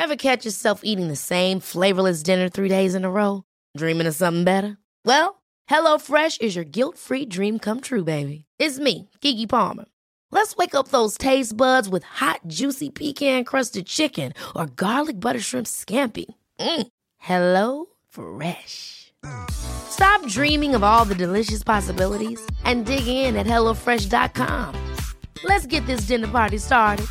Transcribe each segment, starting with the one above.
Ever catch yourself eating the same flavorless dinner 3 days in a row? Dreaming of something better? Well, HelloFresh is your guilt-free dream come true, baby. It's me, Keke Palmer. Let's wake up those taste buds with hot, juicy pecan-crusted chicken or garlic butter shrimp scampi. Hello Fresh. Stop dreaming of all the delicious possibilities and dig in at HelloFresh.com. Let's get this dinner party started.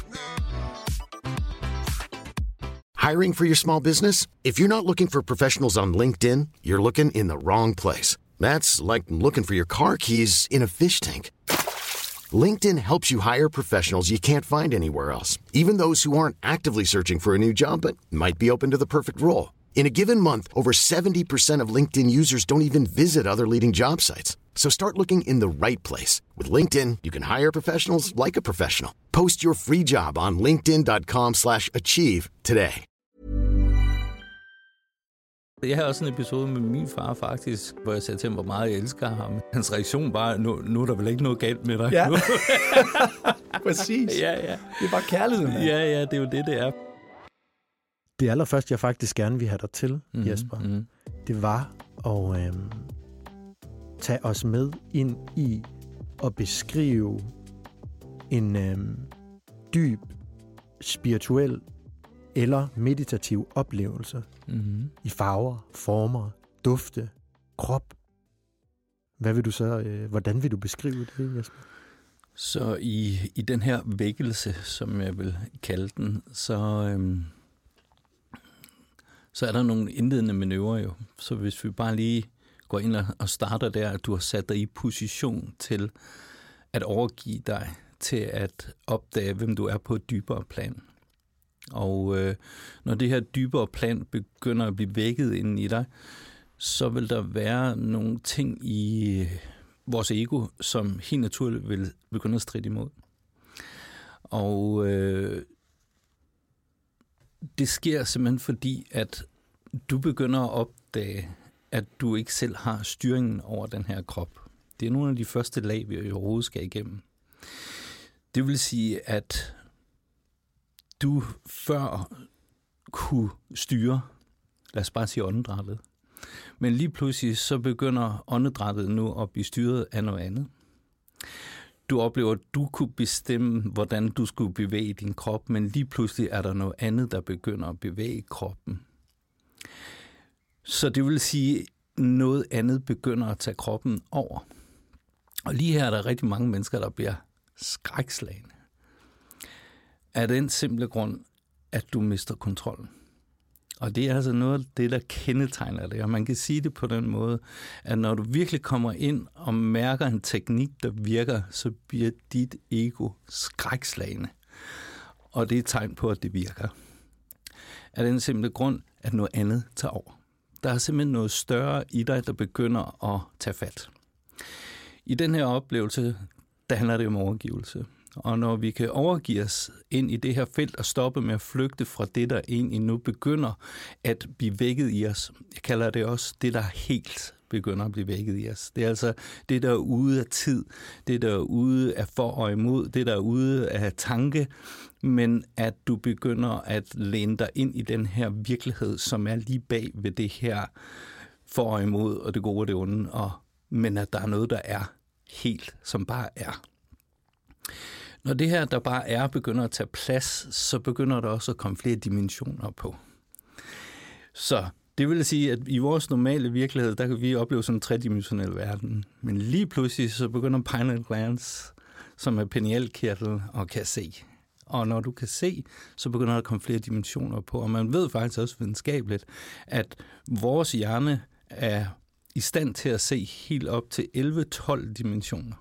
Hiring for your small business? If you're not looking for professionals on LinkedIn, you're looking in the wrong place. That's like looking for your car keys in a fish tank. LinkedIn helps you hire professionals you can't find anywhere else, even those who aren't actively searching for a new job but might be open to the perfect role. In a given month, over 70% of LinkedIn users don't even visit other leading job sites. So start looking in the right place. With LinkedIn, you can hire professionals like a professional. Post your free job on linkedin.com/achieve today. Jeg har også en episode med min far faktisk, hvor jeg sagde til ham, hvor meget jeg elsker ham. Hans reaktion var, nu er der vel ikke noget galt med dig. Ja, præcis. Ja. Det er bare kærligheden. Ja, det er jo det er. Det allerførste, jeg faktisk gerne vil have dig til, Jesper, det var at tage os med ind i at beskrive en dyb, spirituel eller meditativ oplevelse i farver, former, dufte, krop. Hvad vil du så, hvordan vil du beskrive det, Jesper? Så i den her vækkelse, som jeg vil kalde den, så er der nogle indledende manøvrer jo. Så hvis vi bare lige går ind og starter der, at du har sat dig i position til at overgive dig til at opdage, hvem du er på et dybere plan. Og når det her dybere plan begynder at blive vækket inden i dig, så vil der være nogle ting i vores ego, som helt naturligt vil begynde at stride imod. Og det sker simpelthen fordi, at du begynder at opdage, at du ikke selv har styringen over den her krop. Det er nogle af de første lag, vi overhovedet skal igennem. Det vil sige, at du før kunne styre, lad os bare sige åndedrættet. Men lige pludselig så begynder åndedrættet nu at blive styret af noget andet. Du oplever, at du kunne bestemme, hvordan du skulle bevæge din krop, men lige pludselig er der noget andet, der begynder at bevæge kroppen. Så det vil sige, at noget andet begynder at tage kroppen over. Og lige her er der rigtig mange mennesker, der bliver skrækslagne. Af den simple grund, at du mister kontrollen. Og det er altså noget af det, der kendetegner det. Og man kan sige det på den måde, at når du virkelig kommer ind og mærker en teknik, der virker, så bliver dit ego skrækslagne. Og det er et tegn på, at det virker. Af den simple grund, at noget andet tager over. Der er simpelthen noget større i dig, der begynder at tage fat. I den her oplevelse, der handler det om overgivelse. Og når vi kan overgive os ind i det her felt og stoppe med at flygte fra det, der egentlig nu begynder at blive vækket i os. Jeg kalder det også det, der helt begynder at blive vækket i os. Det er altså det, der er ude af tid, det, der er ude af for og imod, det, der er ude af tanke, men at du begynder at læne dig ind i den her virkelighed, som er lige bag ved det her for og imod, og det gode og det onde, men at der er noget, der er helt, som bare er. Når det her, der bare er, begynder at tage plads, så begynder der også at komme flere dimensioner på. Så det vil sige, at i vores normale virkelighed, der kan vi opleve sådan en tredimensionel verden. Men lige pludselig, så begynder pineal glands, som er pinealkirtel, og kan se. Og når du kan se, så begynder der at komme flere dimensioner på. Og man ved faktisk også videnskabeligt, at vores hjerne er i stand til at se helt op til 11-12 dimensioner.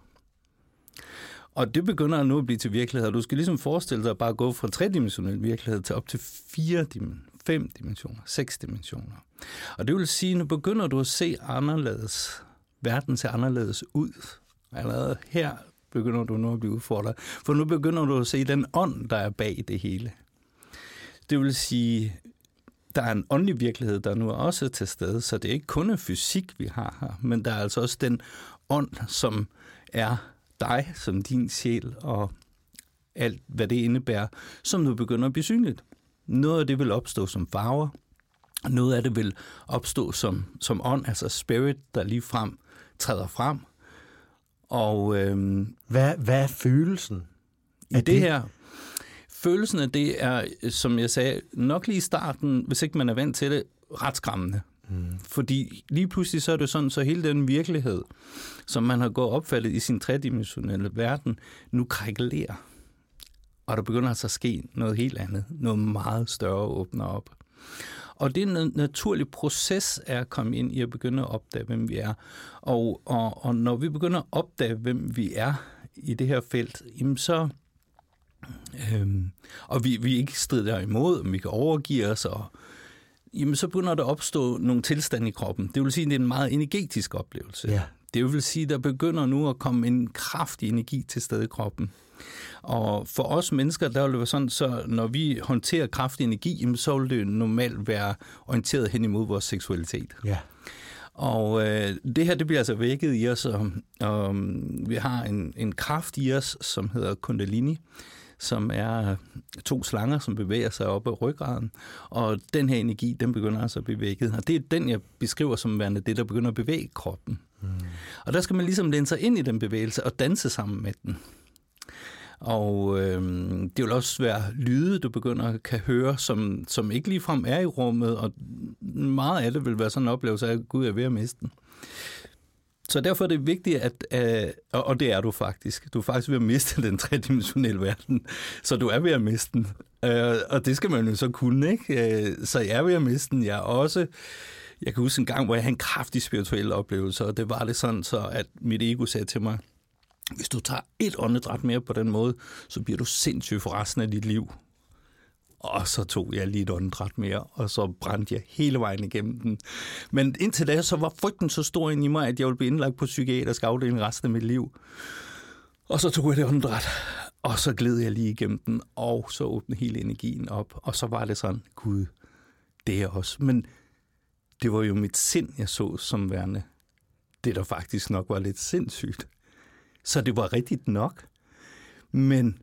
Og det begynder nu at blive til virkelighed. Du skal ligesom forestille dig at bare gå fra 3-dimensionel virkelighed til op til 4 dimensioner, 5 dimensioner, 6 dimensioner. Og det vil sige, at nu begynder du at se anderledes. Verden ser anderledes ud. Allerede her begynder du nu at blive udfordret. For nu begynder du at se den ånd, der er bag det hele. Det vil sige, der er en åndelig virkelighed, der nu er også til stede. Så det er ikke kun en fysik, vi har her. Men der er altså også den ånd, som er dig som din sjæl og alt, hvad det indebærer, som nu begynder at blive synligt. Noget af det vil opstå som farver, noget af det vil opstå som ånd, altså spirit, der lige frem træder frem. Og hvad er følelsen i det her? Følelsen af det er, som jeg sagde, nok lige i starten, hvis ikke man er vant til det, ret skræmmende. Fordi lige pludselig så er det sådan, så hele den virkelighed, som man har gået opfattet i sin tredimensionelle verden, nu krakelerer. Og der begynder altså at ske noget helt andet. Noget meget større åbner op. Og det er en naturlig proces af at komme ind i at begynde at opdage, hvem vi er. Og når vi begynder at opdage, hvem vi er i det her felt, jamen så... og vi ikke strider imod, om vi kan overgive os, og jamen så begynder der at opstå nogle tilstande i kroppen. Det vil sige, at det er en meget energetisk oplevelse. Ja. Det vil sige, at der begynder nu at komme en kraftig energi til stede i kroppen. Og for os mennesker, der vil det være sådan, så når vi håndterer kraftig energi, jamen, så vil det normalt være orienteret hen imod vores seksualitet. Ja. Og det her, det bliver altså vækket i os, og vi har en kraft i os, som hedder Kundalini, som er 2 slanger, som bevæger sig op ad ryggraden. Og den her energi, den begynder altså at blive vækket. Og det er den, jeg beskriver som værende det, der begynder at bevæge kroppen. Og der skal man ligesom læne sig ind i den bevægelse og danse sammen med den. Og det vil også være lyde, du begynder at kan høre, som ikke ligefrem er i rummet, og meget af det vil være sådan en oplevelse af, at Gud er ved at miste den. Så derfor er det vigtigt, og det er du faktisk. Du er faktisk ved at miste den tredimensionelle verden, så du er ved at miste den. Og det skal man jo så kunne, ikke? Så jeg er ved at miste den. Jeg kan huske en gang, hvor jeg havde en kraftig spirituel oplevelse, og det var det sådan, så at mit ego sagde til mig, hvis du tager et åndedræt mere på den måde, så bliver du sindssyg for resten af dit liv. Og så tog jeg lige et åndedræt mere, og så brændte jeg hele vejen igennem den. Men indtil da, så var frygten så stor ind i mig, at jeg ville blive indlagt på psykiatrisk afdeling resten af mit liv. Og så tog jeg det åndedræt, og så gled jeg lige igennem den, og så åbnede hele energien op. Og så var det sådan, Gud, det er også. Men det var jo mit sind, jeg så som værende. Det, der faktisk nok var lidt sindssygt. Så det var rigtigt nok. Men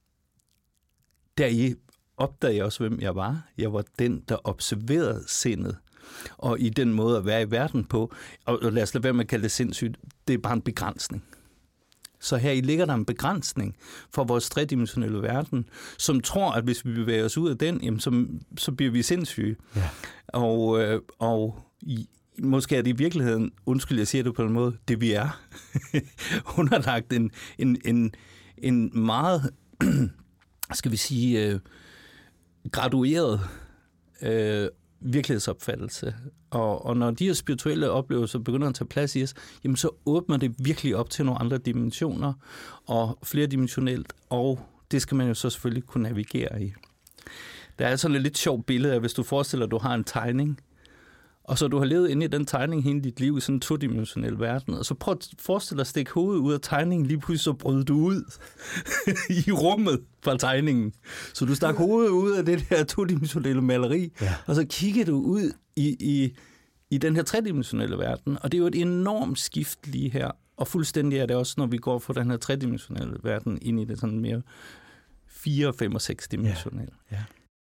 der opdagede jeg også, hvem jeg var. Jeg var den, der observerede sindet. Og i den måde at være i verden på, og lad os lade være med at kalde det sindssygt, det er bare en begrænsning. Så her ligger der en begrænsning for vores tredimensionelle verden, som tror, at hvis vi bevæger os ud af den, jamen, så bliver vi sindssyge. Ja. Og måske er det i virkeligheden, undskyld, jeg siger det på en måde, det vi er, underlagt en meget, skal vi sige, gradueret virkelighedsopfattelse. Og når de her spirituelle oplevelser begynder at tage plads i os, jamen så åbner det virkelig op til nogle andre dimensioner, og flerdimensionelt, og det skal man jo så selvfølgelig kunne navigere i. Der er sådan et lidt sjovt billede af, hvis du forestiller, at du har en tegning, og så du har levet inde i den tegning hele dit liv i sådan en todimensionel verden, og så prøv at forestille dig at stikke hovedet ud af tegningen, lige pludselig så bryder du ud i rummet fra tegningen. Så du stak hovedet ud af det der todimensionelle maleri, ja. Og så kigger du ud i den her tredimensionelle verden, og det er jo et enormt skift lige her, og fuldstændig er det også, når vi går fra den her tredimensionelle verden ind i det sådan mere 4, 5 og 6 dimensionelle. Ja. Ja.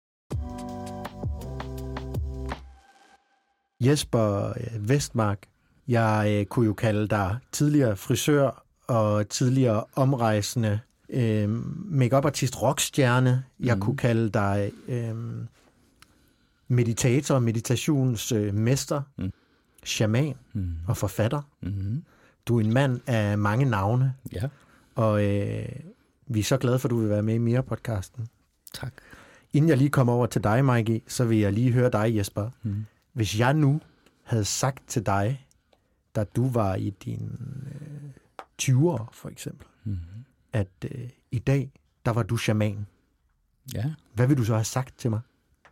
Jesper Vestmark, jeg kunne jo kalde dig tidligere frisør og tidligere omrejsende make-up-artist, rockstjerne. Jeg kunne kalde dig meditator, meditationsmester, shaman og forfatter. Du er en mand af mange navne, ja. Og vi er så glade for, at du vil være med i Mira-podcasten. Tak. Inden jeg lige kommer over til dig, Mikey, så vil jeg lige høre dig, Jesper. Hvis jeg nu havde sagt til dig, da du var i dine 20'ere for eksempel, at i dag, der var du shaman. Ja. Hvad vil du så have sagt til mig?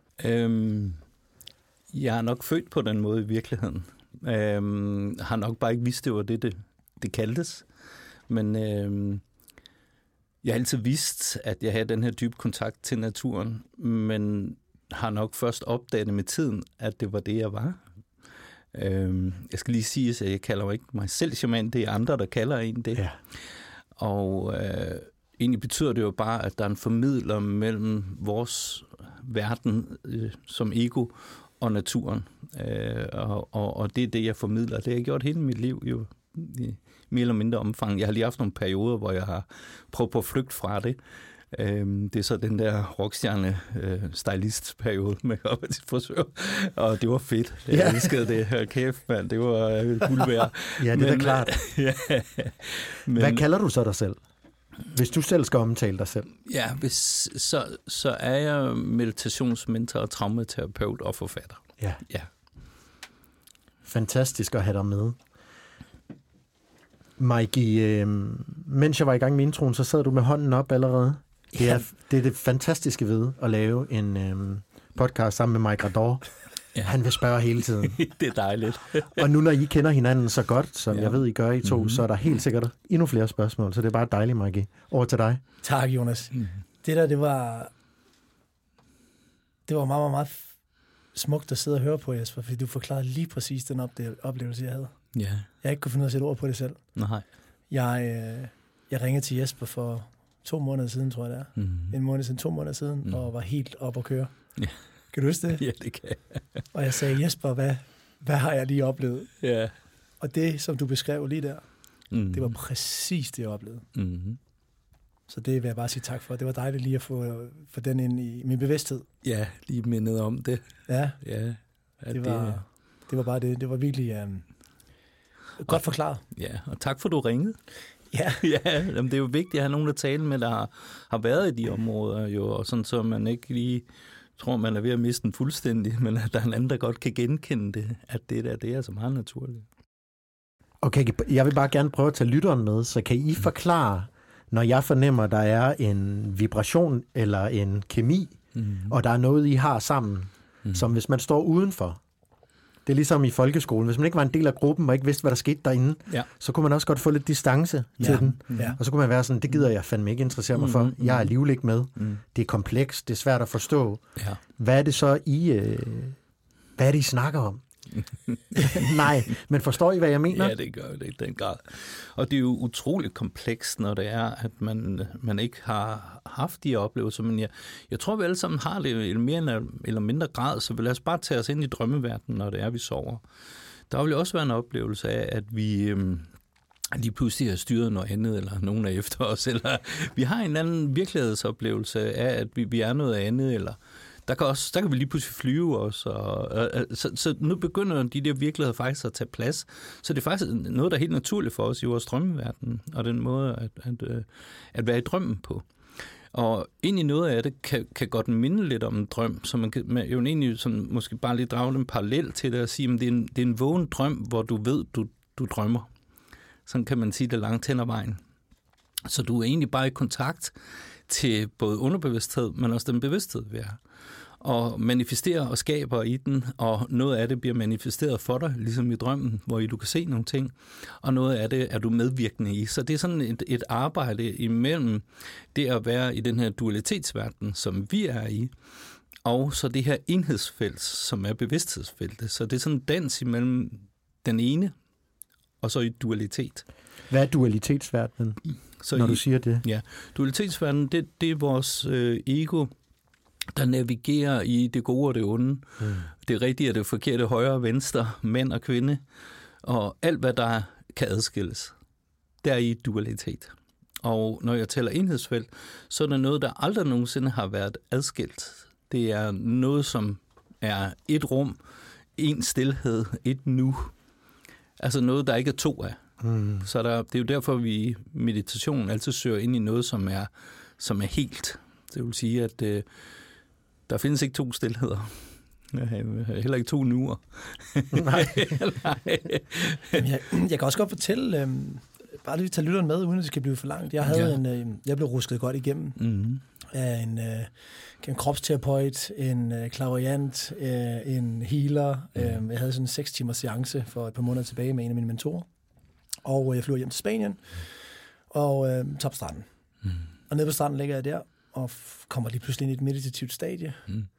Jeg er nok født på den måde i virkeligheden. Har nok bare ikke vidst, det var det kaldtes. Men jeg har altid vidst, at jeg havde den her dybe kontakt til naturen, men har nok først opdaget med tiden, at det var det, jeg var. Jeg skal lige sige, at jeg kalder ikke mig selv shaman, det er andre, der kalder en det. Ja. Og egentlig betyder det jo bare, at der er en formidler mellem vores verden som ego og naturen. Og det er det, jeg formidler. Det har jeg gjort hele mit liv jo, i mere eller mindre omfang. Jeg har lige haft nogle perioder, hvor jeg har prøvet på at flygte fra det. Det er så den der rockstjerne-stylist-periode med op til frisør, og det var fedt. Jeg elskede det her kæft, mand. Det var guld værd. Ja, det er da klart. Ja, men, hvad kalder du så dig selv? Hvis du selv skal omtale dig selv? Ja, så er jeg meditationsmentor og traumaterapeut og forfatter. Ja. Ja. Fantastisk at have dig med. Mikey, mens jeg var i gang med introen, så sad du med hånden op allerede. Det er det fantastiske ved at lave en podcast sammen med Mike Rador. Ja. Han vil spørge hele tiden. Det er dejligt. Og nu når I kender hinanden så godt, som jeg ved, I gør I to, så er der helt sikkert endnu flere spørgsmål. Så det er bare dejligt, Mikey. Over til dig. Tak, Jonas. Det var meget, meget, meget smukt at sidde og høre på, Jesper, fordi du forklarede lige præcis den oplevelse, jeg havde. Ja. Jeg har ikke kunnet finde ud af at sætte ord på det selv. Nej. Jeg ringede til Jesper for 2 måneder siden, tror jeg det er. En måned siden, 2 måneder siden, og var helt op at køre. Ja. Kan du huske det? Ja, det kan jeg. Og jeg sagde, Jesper, hvad har jeg lige oplevet? Ja. Og det, som du beskrev lige der, det var præcis det, jeg oplevede. Så det vil jeg bare sige tak for. Det var dejligt lige at få den ind i min bevidsthed. Ja, lige mindet om det. Ja. Ja. Det var bare det. Det var virkelig godt forklaret. Ja, og tak for, du ringede. Ja. Ja, jamen, det er jo vigtigt at have nogen, der taler med, der har været i de områder, jo, og sådan, så man ikke lige tror, man er ved at miste den fuldstændig, men at der er en anden, der godt kan genkende det, at det er så meget naturligt. Okay, jeg vil bare gerne prøve at tage lytteren med, så kan I forklare, når jeg fornemmer, at der er en vibration eller en kemi, og der er noget, I har sammen, som hvis man står udenfor. Det er ligesom i folkeskolen. Hvis man ikke var en del af gruppen og ikke vidste, hvad der skete derinde, så kunne man også godt få lidt distance til den. Ja. Og så kunne man være sådan, det gider jeg fandme ikke interessere mig for. Jeg er alligevel ikke med. Det er komplekst, det er svært at forstå. Ja. Hvad er det så, hvad er det, I snakker om? Nej, men forstår I, hvad jeg mener? Ja, det gør det i den grad. Og det er jo utroligt komplekst, når det er, at man ikke har haft de oplevelser, men jeg tror, vi alle sammen har det i mere eller mindre grad, så lad os bare tage os ind i drømmeverdenen, når det er, vi sover. Der vil også være en oplevelse af, at vi lige pludselig har styret noget andet, eller nogen er efter os, eller vi har en anden virkelighedsoplevelse af, at vi er noget andet, eller der kan vi lige pludselig flyve også. Så nu begynder de der virkeligheder faktisk at tage plads. Så det er faktisk noget, der er helt naturligt for os i vores drømmeverden, og den måde at være i drømmen på. Og egentlig noget af det kan godt minde lidt om en drøm, så man kan jo egentlig sådan, måske bare lige drage en parallel til det og sige, at det er en vågen drøm, hvor du ved, du drømmer. Sådan kan man sige det langt hen ad vejen. Så du er egentlig bare i kontakt til både underbevidsthed, men også den bevidsthed, vi er. Og manifesterer og skaber i den, og noget af det bliver manifesteret for dig, ligesom i drømmen, hvor du kan se nogle ting, og noget af det er du medvirkende i. Så det er sådan et arbejde imellem det at være i den her dualitetsverden, som vi er i, og så det her enhedsfelt, som er bevidsthedsfeltet. Så det er sådan en dans imellem den ene, og så i dualitet. Hvad er dualitetsverdenen, når du siger det? Ja, dualitetsverdenen, det er vores ego, der navigerer i det gode og det onde. Det rigtige og det forkerte, højre og venstre, mænd og kvinde, og alt, hvad der kan adskilles. Der er i dualitet. Og når jeg taler enhedsfelt, så er der noget, der aldrig nogensinde har været adskilt. Det er noget, som er et rum, en stilhed, et nu. Altså noget, der ikke er to af. Så det er jo derfor, vi i meditationen altid søger ind i noget, som er helt. Det vil sige, at der findes ikke 2 stilheder. Heller ikke 2 nuer. Nej. Jeg kan også godt fortælle, bare lige tage lytteren med, uden at det skal blive for langt. Jeg blev rusket godt igennem af en kropsterapeut, en clairvoyant, en healer. Jeg havde sådan en 6 timers seance for et par måneder tilbage med en af mine mentorer. Og jeg flyver hjem til Spanien og tager på stranden. Og nede på stranden ligger jeg der, og kommer lige pludselig ind i et meditativt stadie.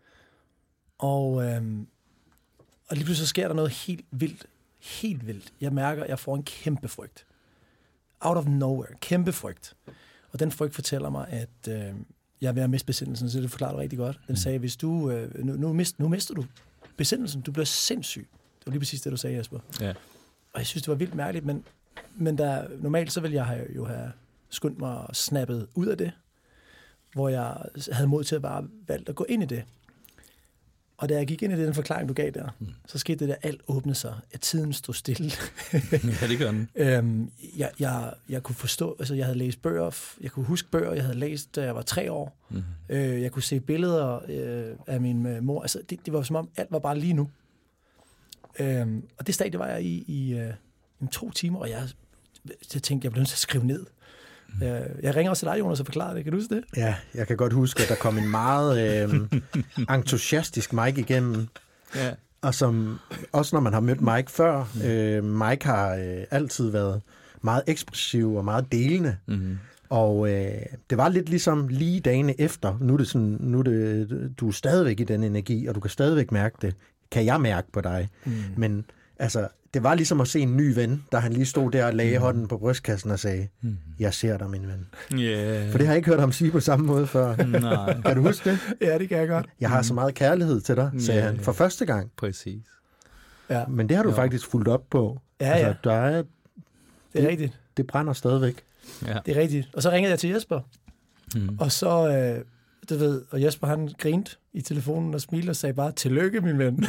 Og lige pludselig så sker der noget helt vildt. Jeg mærker, at jeg får en kæmpe frygt. Out of nowhere. Kæmpe frygt. Og den frygt fortæller mig, at jeg er ved at miste besindelsen, så det forklarer du rigtig godt. Den sagde, hvis du, nu mister du besindelsen, du bliver sindssyg. Det var lige præcis det, du sagde, Jesper. Ja. Og jeg synes, det var vildt mærkeligt, men normalt så ville jeg have skyndt mig og snappet ud af det, hvor jeg havde mod til at bare valgt at gå ind i det. Og da jeg gik ind i den forklaring, du gav der, så skete det der, alt åbnede sig, at tiden stod stille. Ja, det gør den. Jeg kunne forstå, altså jeg havde læst bøger, jeg kunne huske bøger, jeg havde læst, da jeg var 3 år. Jeg kunne se billeder af min mor. Altså det var som om, alt var bare lige nu. Og det stadie var jeg i 2 timer, og jeg tænkte, jeg blev nødt til at skrive ned. Jeg ringer også til dig, Jonas, og forklarer det. Kan du huske det? Ja, jeg kan godt huske, at der kom en meget entusiastisk Mike igennem. Ja. Og som, også når man har mødt Mike før, Mike har altid været meget ekspressiv og meget delende. Mm-hmm. Og det var lidt ligesom lige dagene efter. Nu er det, du er stadigvæk i den energi, og du kan stadigvæk mærke det. Kan jeg mærke på dig? Men altså, det var ligesom at se en ny ven, da han lige stod der og lagde hånden på brystkassen og sagde, jeg ser dig, min ven. Yeah. For det har jeg ikke hørt ham sige på samme måde før. Nej. Kan du huske det? Ja, det kan jeg godt. Jeg har så meget kærlighed til dig, sagde han, for første gang. Præcis. Ja. Men det har du faktisk fulgt op på. Ja, altså, ja. Det er rigtigt. Det brænder stadigvæk. Ja. Det er rigtigt. Og så ringede jeg til Jesper. Og så, og Jesper han grinte i telefonen og smilte og sagde bare, tillykke, min ven.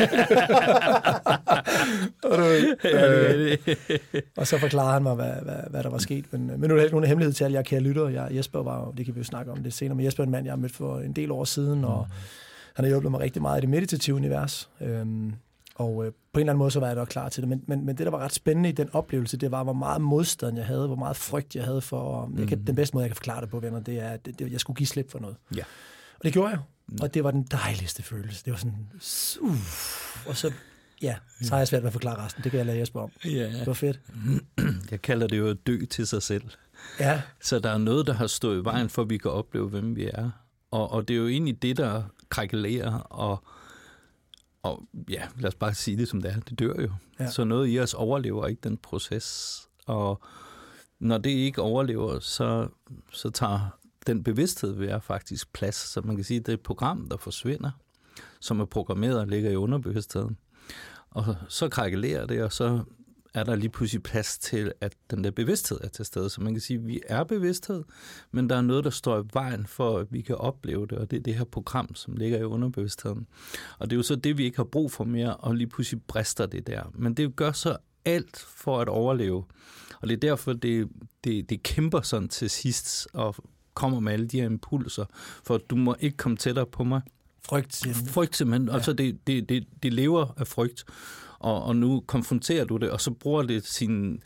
Og så forklarede han mig, hvad der var sket. Men nu er det ikke nogen hemmelighed til alle jer kære lyttere. Jesper var, det kan vi jo snakke om det senere, men Jesper er en mand, jeg har mødt for en del år siden, og han har hjulpet mig rigtig meget i det meditative univers. Og på en eller anden måde, så var jeg da klar til det. Men det, der var ret spændende i den oplevelse, det var, hvor meget modstand jeg havde, hvor meget frygt jeg havde for... Den bedste måde, jeg kan forklare det på, venner, det er, at jeg skulle give slip for noget. Ja. Og det gjorde jeg. Og det var den dejligste følelse. Det var sådan... Og så... Ja, så har jeg svært ved at forklare resten. Det kan jeg lade Jesper om. Ja. Det var fedt. Jeg kalder det jo at dø til sig selv. Ja. Så der er noget, der har stået i vejen for, at vi kan opleve, hvem vi er. Og det er jo egentlig det, der krakelerer og ja, lad os bare sige det som det er. Det dør jo. Ja. Så noget i os overlever ikke den proces. Og når det ikke overlever, så tager den bevidsthed ved er faktisk plads. Så man kan sige, at det er et program, der forsvinder, som er programmeret og ligger i underbevidstheden. Og så krakelerer det, og så er der lige pludselig plads til, at den der bevidsthed er til stede. Så man kan sige, at vi er bevidsthed, men der er noget, der står i vejen for, at vi kan opleve det, og det er det her program, som ligger i underbevidstheden. Og det er jo så det, vi ikke har brug for mere, og lige pludselig brister det der. Men det gør så alt for at overleve. Og det er derfor, det kæmper sådan til sidst, og kommer med alle de her impulser, for du må ikke komme tættere på mig. Frygt simpelthen. Ja. Altså det lever af frygt. Og nu konfronterer du det, og så bruger det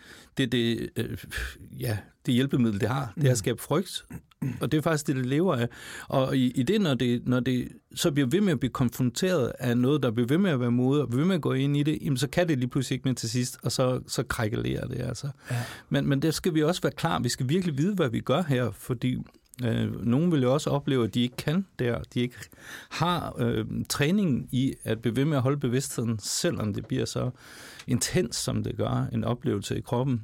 det hjælpemiddel, det har. Det er at skabe frygt. Og det er faktisk det lever af. Og i det, når det så bliver ved med at blive konfronteret af noget, der bliver ved med at være modet, og bliver ved med at gå ind i det, jamen, så kan det lige pludselig ikke mere til sidst, og så krakelerer det altså. Ja. Men der skal vi også være klar. Vi skal virkelig vide, hvad vi gør her, fordi nogen vil jo også opleve, at de ikke kan der. De ikke har træning i at blive ved med at holde bevidstheden, selvom det bliver så intens, som det gør, en oplevelse i kroppen.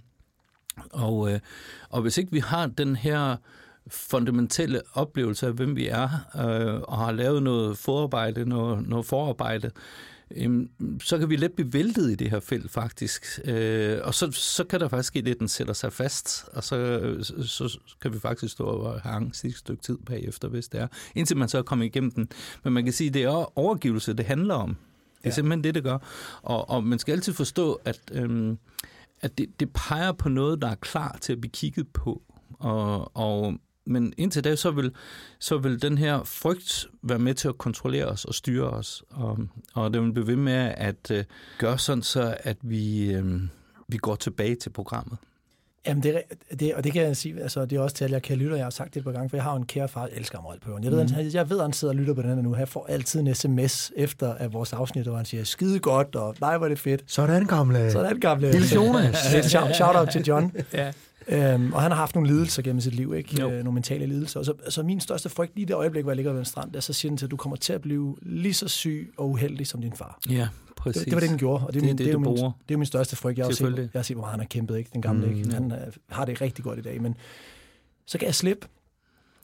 Og hvis ikke vi har den her fundamentale oplevelse af, hvem vi er, og har lavet noget forarbejde, noget forarbejde, så kan vi let blive væltet i det her felt faktisk. Og så kan der faktisk ske det, at den sætter sig fast, og så kan vi faktisk stå og have angst i et stykke tid bagefter, hvis det er. Indtil man så er kommet igennem den. Men man kan sige, at det er overgivelse, det handler om. Det er simpelthen det gør. Og man skal altid forstå, at det peger på noget, der er klar til at blive kigget på. Men indtil da, så vil den her frygt være med til at kontrollere os og styre os. Og det vil blive ved med at gøre sådan, så at vi går tilbage til programmet. Jamen, det kan jeg sige, altså det er også til, at jeg kan lytte, og jeg har sagt det et par gange, for jeg har en kære far, jeg elsker ham alt på øren. Jeg ved, at han sidder og lytter på den her nu. Han får altid en sms efter af vores afsnit, hvor han siger, skide godt, og nej, hvor er det fedt. Sådan gamle. Lille Jonas. Shout-out til John. Ja. Og han har haft nogle lidelser gennem sit liv, ikke? Nogle mentale lidelser. Og så min største frygt lige det øjeblik, hvor jeg ligger ved en strand, der så siger den til, at du kommer til at blive lige så syg og uheldig som din far. Ja, præcis. Det var det, den gjorde, og det er jo min største frygt. Jeg har set, hvor meget han har kæmpet, ikke? Den gamle, ikke? Han har det rigtig godt i dag, men så kan jeg slippe.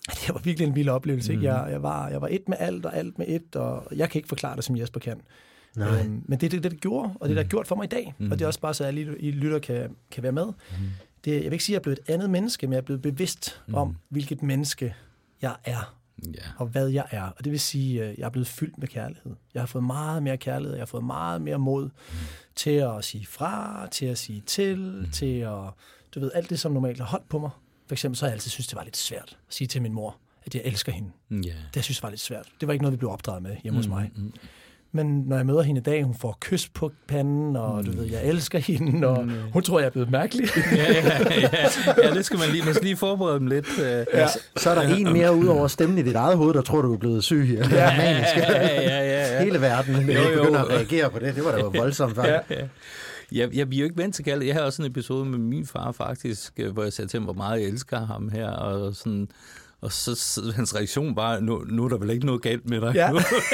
Det var virkelig en vild oplevelse. Ikke? Jeg var et med alt, og alt med et, og jeg kan ikke forklare det, som Jesper kan. Men det er det gjorde, og det der er gjort for mig i dag. Og det er også bare så, at I lytter kan være med. Jeg vil ikke sige, at jeg er blevet et andet menneske, men jeg er blevet bevidst om, hvilket menneske jeg er. Og hvad jeg er. Og det vil sige, at jeg er blevet fyldt med kærlighed. Jeg har fået meget mere kærlighed. Jeg har fået meget mere mod til at sige fra, til at sige til at... Du ved, alt det, som normalt har holdt på mig. For eksempel så har jeg altid synes det var lidt svært at sige til min mor, at jeg elsker hende. Det synes jeg var lidt svært. Det var ikke noget, vi blev opdraget med hjemme hos mig. Men når jeg møder hende i dag, hun får kys på panden, og du ved, jeg elsker hende, og hun tror, jeg er blevet mærkelig. Ja, det skal man lige forberede dem lidt. Så er der en mere ud over stemmen i dit eget hoved, der tror, du er blevet syg. Eller manisk. Hele verden begynder at reagere på det. Det var da voldsomt, faktisk. Jeg bliver jo ikke vant til kærlighed. Jeg har også en episode med min far, faktisk, hvor jeg sagde til ham, hvor meget jeg elsker ham her, og sådan... Og så hans reaktion var, nu er der vel ikke noget galt med dig. Ja.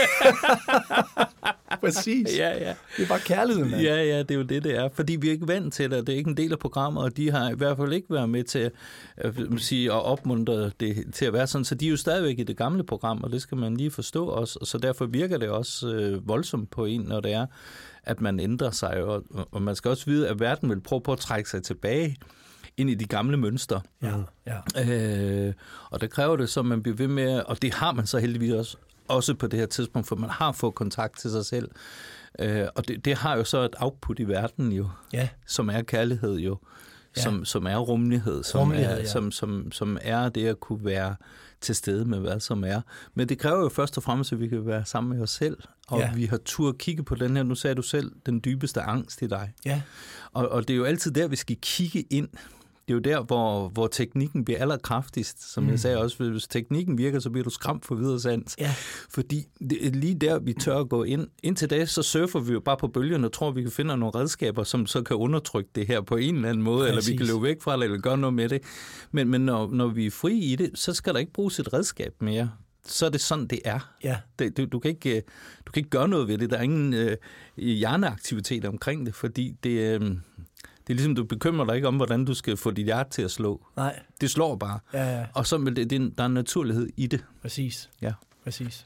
Præcis. Ja. Det er bare kærligheden, mand. Ja, det er jo det er. Fordi vi er ikke vant til det, og det er ikke en del af programmet, og de har i hvert fald ikke været med til at opmuntre det til at være sådan. Så de er jo stadigvæk i det gamle program, og det skal man lige forstå også. Og så derfor virker det også voldsomt på en, når det er, at man ændrer sig. Og man skal også vide, at verden vil prøve på at trække sig tilbage ind i de gamle mønstre. Ja. Og det kræver det, så man bliver ved med, og det har man så heldigvis også på det her tidspunkt, for man har fået kontakt til sig selv. Og det har jo så et output i verden jo, som er kærlighed jo, som er rummelighed, som er det at kunne være til stede med hvad som er. Men det kræver jo først og fremmest, at vi kan være sammen med os selv, og vi har tur at kigge på den her, nu sagde du selv, den dybeste angst i dig. Ja. Og det er jo altid der, vi skal kigge ind. Det er jo der, hvor teknikken bliver allerkraftigst. Som jeg sagde også, hvis teknikken virker, så bliver du skræmt for videre sans. Ja. Fordi det er lige der, vi tør at gå ind. Indtil da, så surfer vi jo bare på bølgerne og tror, vi kan finde nogle redskaber, som så kan undertrykke det her på en eller anden måde, eller vi kan løbe væk fra det, eller gøre noget med det. Men når vi er fri i det, så skal der ikke bruges et redskab mere. Så er det sådan, det er. Ja. Du kan ikke gøre noget ved det. Der er ingen hjerneaktivitet omkring det, fordi det er ligesom, du bekymrer dig ikke om, hvordan du skal få dit hjerte til at slå. Nej. Det slår bare. Ja. Og så der er en naturlighed i det. Præcis. Ja. Præcis.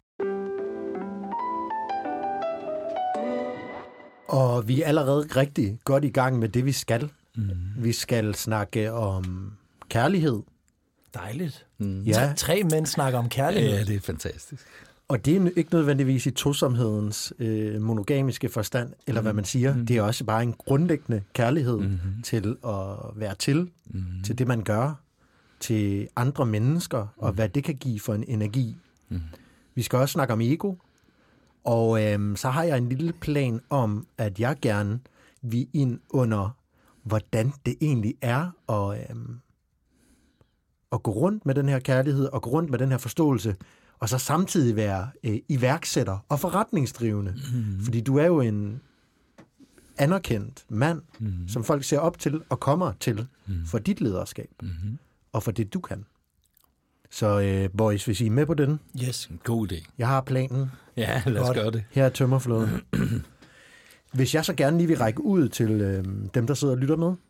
Og vi er allerede rigtig godt i gang med det, vi skal. Vi skal snakke om kærlighed. Dejligt. Ja. 3 mænd snakker om kærlighed. Ja, det er fantastisk. Og det er ikke nødvendigvis i tosomhedens monogamiske forstand, eller hvad man siger. Det er også bare en grundlæggende kærlighed til at være til det, man gør, til andre mennesker, og hvad det kan give for en energi. Vi skal også snakke om ego, og så har jeg en lille plan om, at jeg gerne vil ind under, hvordan det egentlig er at gå rundt med den her kærlighed, og gå rundt med den her forståelse, og så samtidig være iværksætter og forretningsdrivende. Fordi du er jo en anerkendt mand, som folk ser op til og kommer til for dit lederskab, og for det, du kan. Så boys, hvis I er med på den? Yes. God idé. Jeg har planen. Ja, lad os gøre det. Her er tømmerflåden. Hvis jeg så gerne lige vil række ud til dem, der sidder og lytter med.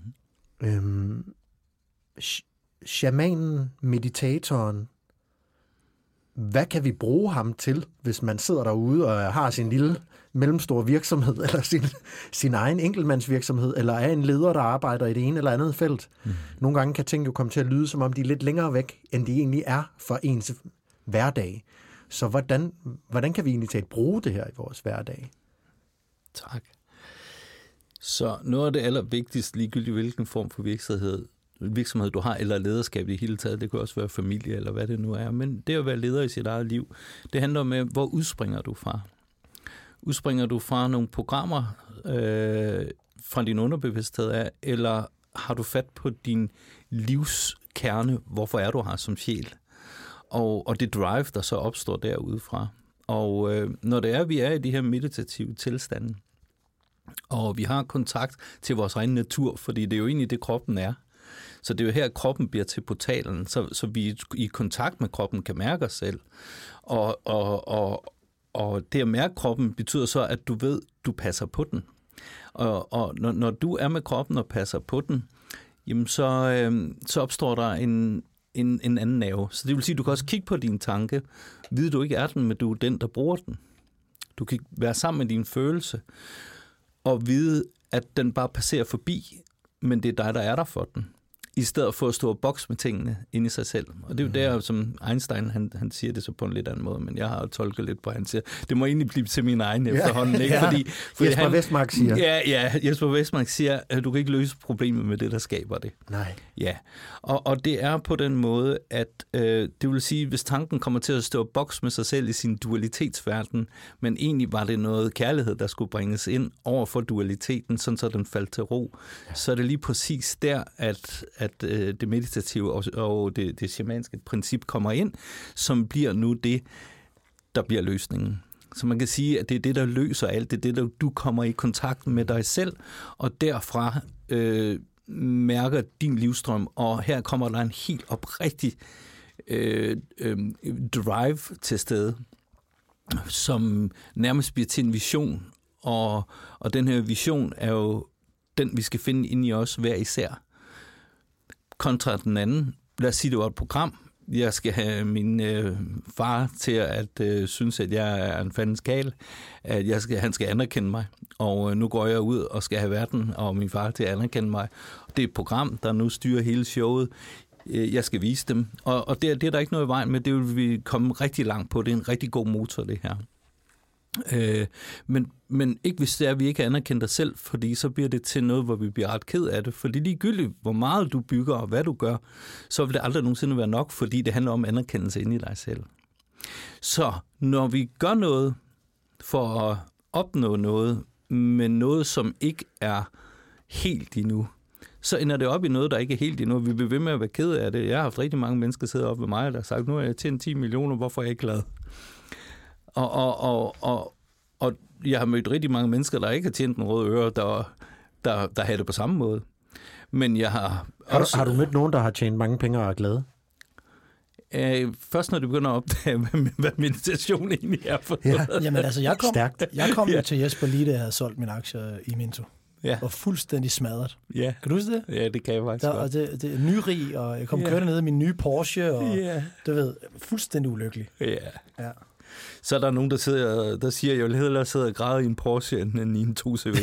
Shamanen, meditatoren, hvad kan vi bruge ham til, hvis man sidder derude og har sin lille mellemstore virksomhed, eller sin egen enkeltmandsvirksomhed, eller er en leder, der arbejder i det ene eller andet felt? Nogle gange kan ting jo komme til at lyde, som om de er lidt længere væk, end de egentlig er for ens hverdag. Så hvordan kan vi egentlig bruge det her i vores hverdag? Tak. Så noget af det allervigtigste, ligegyldigt hvilken form for virksomhed du har, eller lederskab i det hele taget, det kan også være familie, eller hvad det nu er, men det at være leder i sit eget liv, det handler om, hvor udspringer du fra? Udspringer du fra nogle programmer fra din underbevidsthed af, eller har du fat på din livskerne, hvorfor er du her som sjæl? Og det drive, der så opstår derudefra. Og når det er, vi er i de her meditative tilstande, og vi har kontakt til vores egen natur, fordi det er jo egentlig det, kroppen er. Så det er jo her, kroppen bliver til portalen, så vi i kontakt med kroppen kan mærke os selv. Og det at mærke kroppen betyder så, at du ved, du passer på den. Og når du er med kroppen og passer på den, jamen så opstår der en anden nerve. Så det vil sige, at du kan også kigge på din tanke, vide, du ikke er den, men du er den, der bruger den. Du kan være sammen med din følelse, og vide, at den bare passerer forbi, men det er dig, der er der for den. I stedet for at stå og bokse med tingene inde i sig selv. Og det er jo der, som Einstein, han siger det så på en lidt anden måde, men jeg har jo tolket lidt på, han siger, det må egentlig blive til min egen efterhånden. Ikke? Ja. Fordi Jesper Vestmark siger. Ja, Jesper Vestmark siger, at du kan ikke løse problemet med det, der skaber det. Nej. Ja, og det er på den måde, at det vil sige, hvis tanken kommer til at stå og bokse med sig selv i sin dualitetsverden, men egentlig var det noget kærlighed, der skulle bringes ind over for dualiteten, sådan så den faldt til ro, så er det lige præcis der, at det meditative og det shamanske princip kommer ind, som bliver nu det, der bliver løsningen. Så man kan sige, at det er det, der løser alt. Det er det, der du kommer i kontakt med dig selv, og derfra mærker din livsstrøm. Og her kommer der en helt oprigtig drive til stede, som nærmest bliver til en vision. Og den her vision er jo den, vi skal finde inde i os hver især. Kontra den anden. Lad os sige, det var et program. Jeg skal have min far til at synes, at jeg er en fandens gal. At han skal anerkende mig. Og nu går jeg ud og skal have verden og min far til at anerkende mig. Det er et program, der nu styrer hele showet. Jeg skal vise dem. Og det er der ikke noget i vejen med. Det vil vi komme rigtig langt på. Det er en rigtig god motor, det her. Men ikke hvis det er, at vi ikke anerkender os selv, fordi så bliver det til noget, hvor vi bliver ret ked af det. Fordi ligegyldigt, hvor meget du bygger og hvad du gør, så vil det aldrig nogensinde være nok, fordi det handler om anerkendelse inde i dig selv. Så når vi gør noget for at opnå noget, men noget, som ikke er helt endnu, så ender det op i noget, der ikke er helt endnu. Vi bliver ved med at være ked af det. Jeg har haft rigtig mange mennesker sidde op ved mig, der har sagt, nu har jeg tjent 10 millioner, hvorfor er jeg ikke glad? Og jeg har mødt rigtig mange mennesker, der ikke har tjent en rød øre, der har det på samme måde. Men jeg har også... Har du mødt nogen, der har tjent mange penge og er glade? Først når du begynder at opdage, hvad meditation egentlig er for noget. Jamen altså, jeg kom jo til Jesper lige, da jeg havde solgt mine aktier i Minto. Ja. Og fuldstændig smadret. Ja. Kan du huske det? Ja, det kan jeg faktisk godt. Og det er nyrig, og jeg kom kørende ned i min nye Porsche, og du ved, fuldstændig ulykkelig. Ja. Så er der nogen, der siger, at jeg vil hellere sidde og græde i en Porsche, end i en 2CV.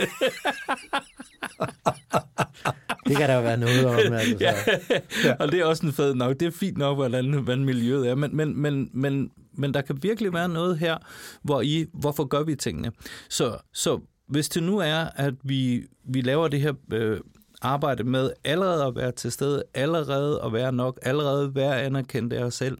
Det kan der jo være noget om. Altså. Ja. Og det er også en fed nok. Det er fint nok, hvordan miljøet er. Men der kan virkelig være noget her, hvorfor gør vi tingene? Så hvis det nu er, at vi laver det her arbejde med allerede at være til stede, allerede at være nok, allerede være anerkendt af os selv,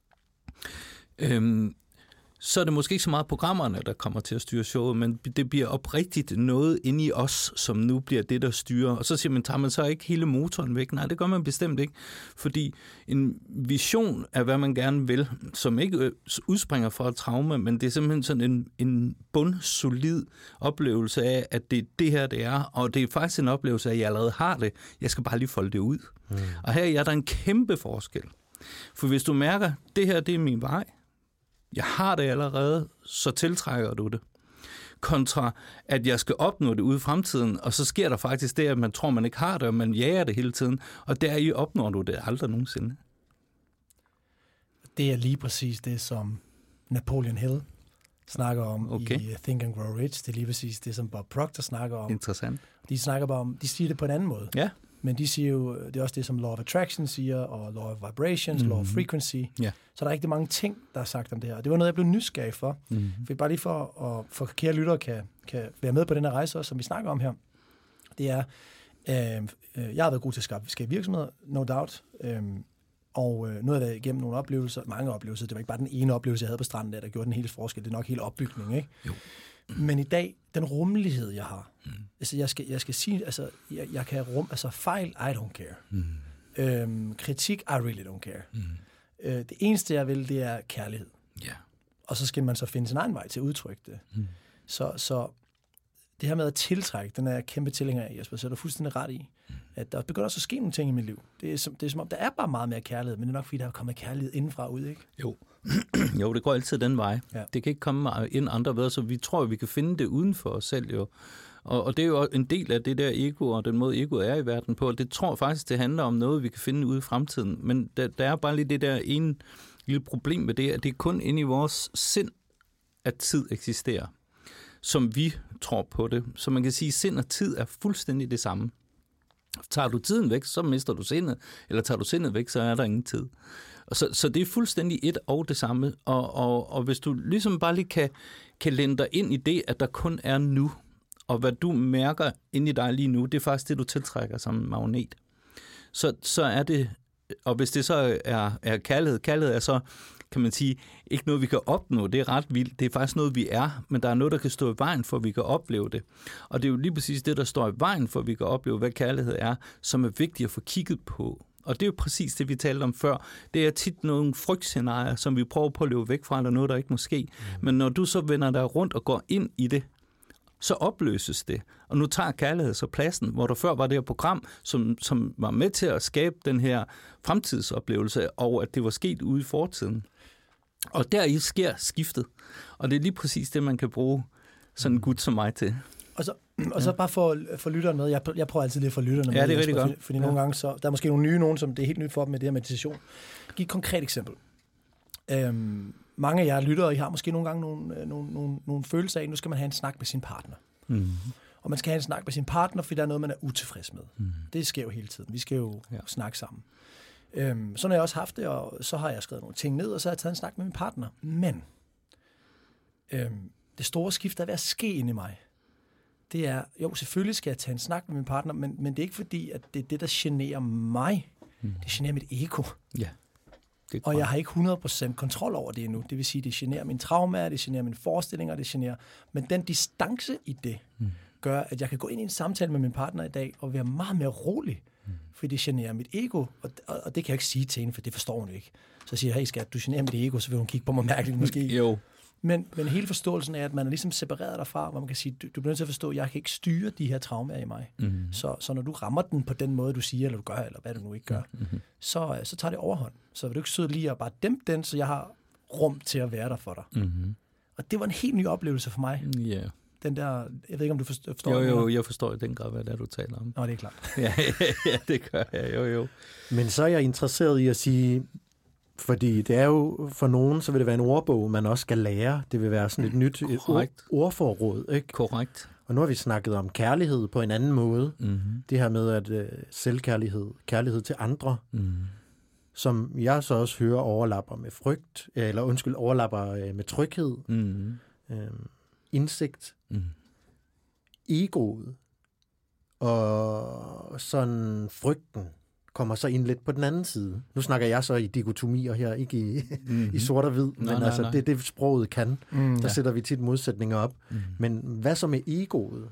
så er det måske ikke så meget programmerne, der kommer til at styre showet, men det bliver oprigtigt noget inde i os, som nu bliver det, der styrer. Og så siger man, tager man så ikke hele motoren væk? Nej, det gør man bestemt ikke, fordi en vision af, hvad man gerne vil, som ikke udspringer fra et traume, men det er simpelthen sådan en bundsolid oplevelse af, at det er det her, det er, og det er faktisk en oplevelse af, at jeg allerede har det. Jeg skal bare lige folde det ud. Og her er der en kæmpe forskel. For hvis du mærker, det her, det er min vej, jeg har det allerede, så tiltrækker du det. Kontra, at jeg skal opnå det ude i fremtiden, og så sker der faktisk det, at man tror, man ikke har det, og man jager det hele tiden, og deri opnår du det aldrig nogensinde. Det er lige præcis det, som Napoleon Hill snakker om i Think and Grow Rich. Det er lige præcis det, som Bob Proctor snakker om. Interessant. De siger det på en anden måde. Ja. Men de siger jo, det er også det, som Law of Attraction siger, og Law of Vibrations, Law of Frequency. Yeah. Så der er rigtig mange ting, der er sagt om det her. Det var noget, jeg blev nysgerrig for. For bare lige for at kære lyttere kan være med på den her rejse også, som vi snakker om her. Det er, jeg har været god til at skabe virksomheder, no doubt. Og nu har jeg været igennem nogle oplevelser, mange oplevelser. Det var ikke bare den ene oplevelse, jeg havde på stranden, der gjorde den hele forskel. Det er nok hele opbygningen, ikke? Jo. Men i dag, den rummelighed, jeg har, altså jeg skal sige, altså jeg kan altså fejl, I don't care. Kritik, I really don't care. Det eneste, jeg vil, det er kærlighed. Yeah. Og så skal man så finde sin egen vej til at udtrykke det. Så det her med at tiltrække, den er jeg kæmpe tilhænger af, Jesper, så er du fuldstændig ret i, at der begynder også at ske nogle ting i mit liv. Det er som om, der er bare meget mere kærlighed, men det er nok, fordi der er kommet kærlighed indenfra ud, ikke? Jo, Jo, det går altid den vej. Ja. Det kan ikke komme ind andre ved, så vi tror, vi kan finde det uden for os selv jo. Og det er jo en del af det der ego, og den måde egoet er i verden på. Det tror faktisk, det handler om noget, vi kan finde ude i fremtiden. Men der er bare lige det der ene lille problem med det, at det er kun inde i vores sind, at tid eksisterer, som vi tror på det. Så man kan sige, at sind og tid er fuldstændig det samme. Tager du tiden væk, så mister du sindet, eller tager du sindet væk, så er der ingen tid. Så det er fuldstændig et og det samme. Og hvis du ligesom bare lige kan læne dig ind i det, at der kun er nu, og hvad du mærker inde i dig lige nu, det er faktisk det, du tiltrækker som en magnet. Så er det, og hvis det så er kærlighed er så, kan man sige, ikke noget, vi kan opnå. Det er ret vildt. Det er faktisk noget, vi er, men der er noget, der kan stå i vejen for, at vi kan opleve det. Og det er jo lige præcis det, der står i vejen for, at vi kan opleve, hvad kærlighed er, som er vigtigt at få kigget på. Og det er jo præcis det, vi talte om før. Det er tit nogle frygtscenarier, som vi prøver på at løbe væk fra, eller noget, der ikke må ske. Men når du så vender dig rundt og går ind i det, så opløses det. Og nu tager kærlighed så pladsen, hvor der før var det her program, som var med til at skabe den her fremtidsoplevelse, og at det var sket ude i fortiden. Og deri sker skiftet. Og det er lige præcis det, man kan bruge sådan en gut som mig til. Og så bare for lytteren med, jeg prøver altid lige at få lytterne med. Ja, det er rigtig godt. Fordi nogle gange, så der er måske nogle nye nogen, som det er helt nyt for dem med det her meditation. Giv et konkret eksempel. Mange af jer lyttere, I har måske nogle gange nogle følelser af, nu skal man have en snak med sin partner. Mm. Og man skal have en snak med sin partner, fordi der er noget, man er utilfreds med. Mm. Det sker jo hele tiden. Vi skal jo snakke sammen. Sådan har jeg også haft det, og så har jeg skrevet nogle ting ned, og så har jeg taget en snak med min partner. Men det store skift er ved at ske inde i mig. Det er, jo, selvfølgelig skal jeg tage en snak med min partner, men det er ikke fordi, at det er det, der generer mig. Mm. Det generer mit ego. Ja. Og jeg har ikke 100% kontrol over det endnu. Det vil sige, det generer mine traumer, det generer mine forestillinger, det generer... Men den distance i det gør, at jeg kan gå ind i en samtale med min partner i dag og være meget mere rolig, fordi det generer mit ego. Og det kan jeg ikke sige til hende, for det forstår hun ikke. Så jeg siger, hey skat, du generer mit ego, så vil hun kigge på mig mærkeligt måske. Jo. Men hele forståelsen er, at man er ligesom separeret derfra, hvor man kan sige, du bliver nødt til at forstå, at jeg kan ikke styre de her traumer i mig. Mm-hmm. Så når du rammer den på den måde, du siger, eller du gør, eller hvad du nu ikke gør, så tager det overhånd. Så vil du ikke sidde lige og bare dæmpe den, så jeg har rum til at være der for dig. Mm-hmm. Og det var en helt ny oplevelse for mig. Yeah. Den der, jeg ved ikke, om du forstår det. Jo, jeg forstår i den grad, hvad det er, du taler om. Nå, det er klart. ja, det gør jeg, jo. Men så er jeg interesseret i at sige... Fordi det er jo, for nogen, så vil det være en ordbog, man også skal lære. Det vil være sådan et nyt ordforråd, ikke? Korrekt. Og nu har vi snakket om kærlighed på en anden måde. Mm-hmm. Det her med, at selvkærlighed, kærlighed til andre, som jeg så også hører overlapper med frygt, eller overlapper med tryghed, indsigt, egoet, og sådan frygten kommer så ind lidt på den anden side. Nu snakker jeg så i dikotomier her, ikke i sort og hvid, men altså det er det, sproget kan. Der sætter vi tit modsætninger op. Men hvad så med egoet?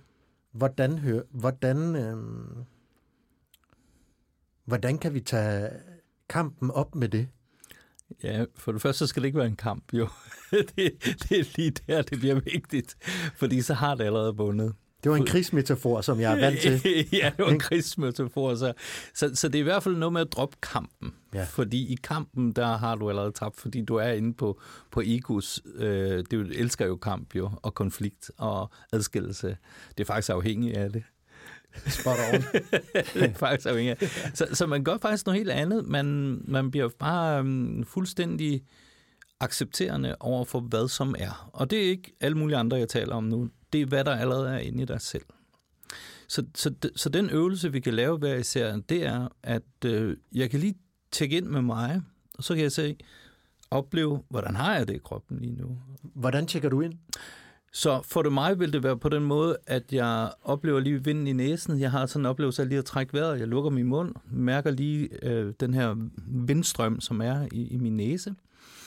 Hvordan kan vi tage kampen op med det? Ja, for det første så skal det ikke være en kamp, jo. det er lige der, det bliver vigtigt, fordi så har det allerede vundet. Det var en krigsmetafor, som jeg er vant til. Ja, det var en krigsmetafor. Så det er i hvert fald noget med at droppe kampen. Ja. Fordi i kampen, der har du allerede tabt, fordi du er inde på egos. Du elsker jo kamp jo, og konflikt og adskillelse. Det er faktisk afhængigt af det. Spot on. Det er faktisk afhængigt af. Så man gør faktisk noget helt andet. Man bliver bare fuldstændig accepterende over for, hvad som er. Og det er ikke alle mulige andre, jeg taler om nu. Det er, hvad der allerede er inde i dig selv. Så den øvelse, vi kan lave hver især, det er, at jeg kan lige tjekke ind med mig, og så kan jeg opleve, hvordan har jeg det i kroppen lige nu. Hvordan tjekker du ind? Så for mig vil det være på den måde, at jeg oplever lige vinden i næsen. Jeg har sådan en oplevelse af lige at trække vejret. Jeg lukker min mund, mærker lige den her vindstrøm, som er i min næse.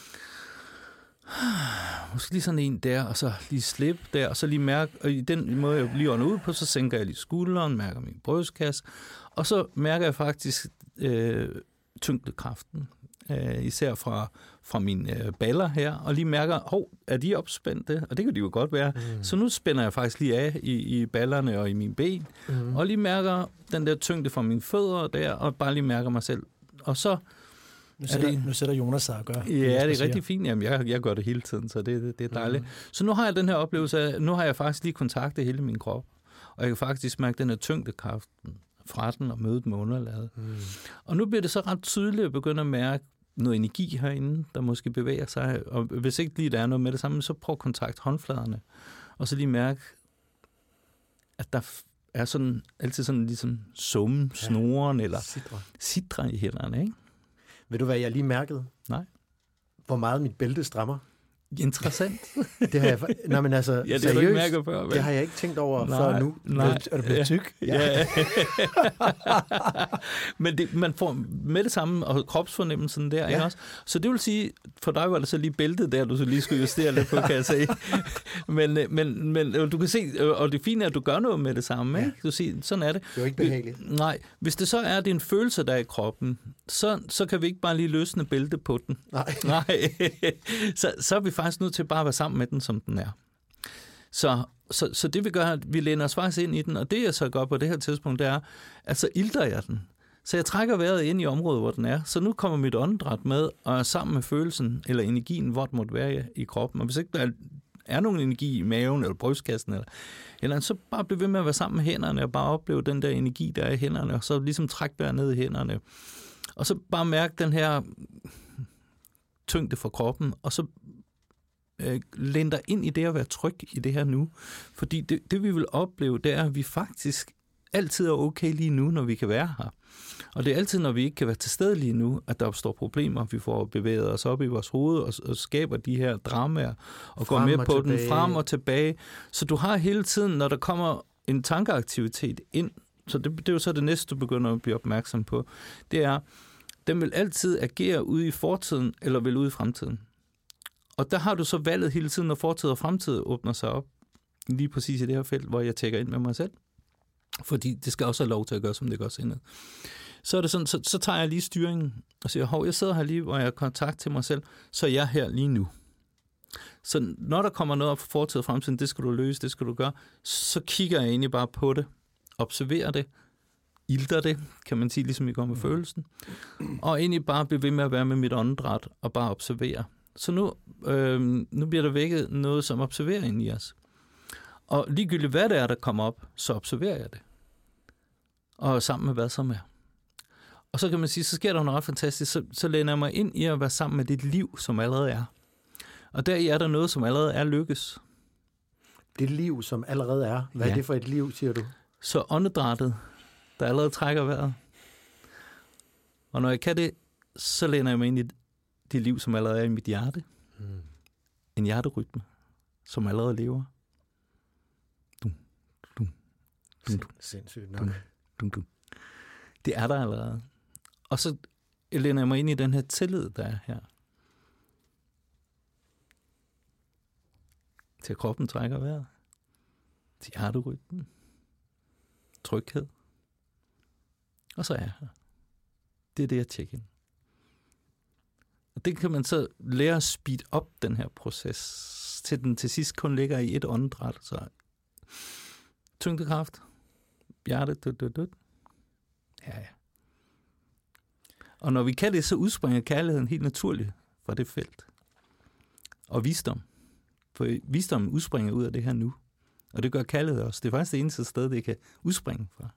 Måske lige sådan en der, og så lige slippe der, og så lige mærke, og i den måde, jeg lige ånder ud på, så sænker jeg lige skulderen, mærker min brystkasse, og så mærker jeg faktisk tyngdekraften, især fra mine baller her, og lige mærker, er de opspændte? Og det kan de jo godt være. Så nu spænder jeg faktisk lige af i ballerne og i mine ben, og lige mærker den der tyngde fra mine fødder der, og bare lige mærker mig selv. Og så Nu sætter Jonas sig og gør. Ja, det er rigtig fint. Jamen, jeg gør det hele tiden, så det er dejligt. Så nu har jeg den her oplevelse af, nu har jeg faktisk lige kontaktet hele min krop, og jeg kan faktisk mærke den her tyngdekraften fra den og mødet med underlaget. Og nu bliver det så ret tydeligt at begynde at mærke noget energi herinde, der måske bevæger sig, og hvis ikke lige der er noget med det samme, så prøv at kontakte håndfladerne, og så lige mærke, at der er sådan, altid sådan ligesom summen, snoren eller sidre i hænderne, ikke? Ved du, hvad jeg lige mærkede? Nej. Hvor meget mit bælte strammer. Interessant. Det har jeg... Nej, men altså, ja, det seriøst, har du ikke mærket før, vel? Det har jeg ikke tænkt over før nu. Nej. Er du blevet tyk? Ja. Men man får med det samme, og kropsfornemmelsen der, ikke også? Så det vil sige, for dig var det så lige bæltet der, du så lige skulle justere lidt på, kan jeg sige. Men du kan se, og det fine er, at du gør noget med det samme, ikke? Du siger, sådan er det. Det er jo ikke behageligt. Nej, hvis det så er din følelse, der er i kroppen, så kan vi ikke bare lige løsne bælte på den. Nej. Så er vi faktisk nødt til bare at være sammen med den, som den er. Så det vi gør, at vi læner os faktisk ind i den, og det jeg så gør på det her tidspunkt, det er, at så ilter jeg den. Så jeg trækker vejret ind i området, hvor den er. Så nu kommer mit åndedræt med, og er sammen med følelsen, eller energien, hvor det måtte være i kroppen. Og hvis ikke der er nogen energi i maven, eller brystkassen, eller så bare blive ved med at være sammen med hænderne, og bare opleve den der energi, der er i hænderne, og så ligesom trække vejret ned i hænderne. Og så bare mærke den her tyngde for kroppen, og så læn dig ind i det at være tryg i det her nu. Fordi det vi vil opleve, det er, at vi faktisk altid er okay lige nu, når vi kan være her. Og det er altid, når vi ikke kan være til stede lige nu, at der opstår problemer. Vi får bevæget os op i vores hoved og skaber de her dramaer og går med på den frem og tilbage. Så du har hele tiden, når der kommer en tankeaktivitet ind, så det er jo så det næste, du begynder at blive opmærksom på, det er, den vil altid agere ude i fortiden eller vil ude i fremtiden. Og der har du så valget hele tiden, når fortid og fremtid åbner sig op, lige præcis i det her felt, hvor jeg tjekker ind med mig selv. Fordi det skal også have lov til at gøre, som det gør senere. Så er det sådan, så tager jeg lige styringen og siger, jeg sidder her lige, hvor jeg har kontakt til mig selv, så er jeg her lige nu. Så når der kommer noget op for fortid og fremtiden, det skal du løse, det skal du gøre, så kigger jeg egentlig bare på det, observerer det, ilter det, kan man sige, ligesom I går med følelsen, og egentlig bare blive ved med at være med mit åndedræt og bare observere. Så nu bliver der vækket noget, som observerer ind i os. Og ligegyldigt hvad det er, der kommer op, så observerer jeg det. Og sammen med hvad som er. Og så kan man sige, så sker der noget ret fantastisk, så læner jeg mig ind i at være sammen med dit liv, som allerede er. Og deri er der noget, som allerede er lykkes. Det liv, som allerede er? Hvad er det for et liv, siger du? Så åndedrættet, der allerede trækker vejret. Og når jeg kan det, så læner jeg mig ind i det liv, som allerede er i mit hjerte. En hjerterytme, som allerede lever. Sindssygt nok. Det er der allerede. Og så læner jeg mig ind i den her tillid, der er her. Til at kroppen trækker vejret. Til hjerterytmen. Tryghed. Og så er jeg her. Det er det, jeg tjekker ind. Og det kan man så lære at speed op, den her proces, til den til sidst kun ligger i et åndedræt. Så tyngdekraft, hjerte, ja. Og når vi kan det, så udspringer kærligheden helt naturligt fra det felt. Og visdom. For visdom udspringer ud af det her nu. Og det gør kærlighed også. Det er faktisk det eneste sted, det kan udspringe fra.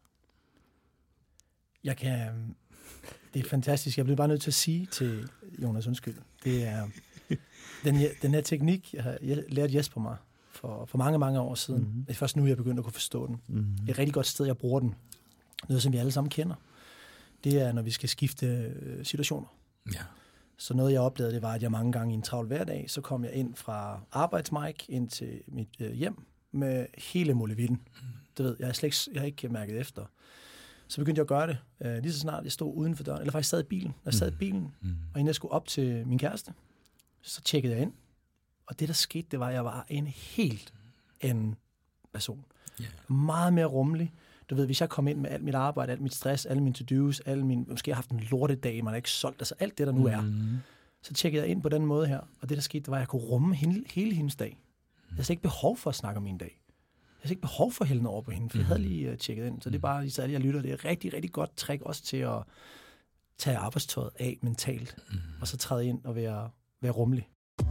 Det er fantastisk. Jeg bliver bare nødt til at sige til Jonas, undskyld. Det er den her teknik, jeg lærte Jesper mig for mange, mange år siden. Det er først nu, jeg begynder at kunne forstå den. Det er et rigtig godt sted, jeg bruger den. Noget, som vi alle sammen kender. Det er, når vi skal skifte situationer. Ja. Så noget, jeg oplevede, det var, at jeg mange gange i en travl hverdag, så kom jeg ind fra arbejdsmike ind til mit hjem med hele molevitten. Det ved jeg har ikke mærket efter. Så begyndte jeg at gøre det, lige så snart jeg stod uden for døren, eller faktisk sad i bilen. Jeg sad i bilen, og inden jeg skulle op til min kæreste, så tjekkede jeg ind. Og det, der skete, det var, at jeg var en helt anden person. Yeah. Meget mere rummelig. Du ved, hvis jeg kom ind med alt mit arbejde, alt mit stress, alle mine to-dos, måske jeg har haft en lortedag, man har ikke solgt, altså alt det, der nu er. Så tjekkede jeg ind på den måde her, og det, der skete, det var, at jeg kunne rumme hele hendes dag. Jeg havde ikke behov for at snakke om min dag. Jeg havde ikke behov for at hælde over på hende, for jeg havde lige tjekket ind. Så det er bare, især jeg lytter, det er et rigtig, rigtig godt trick også til tage arbejdstøjet af mentalt, og så træde ind og være rummelig.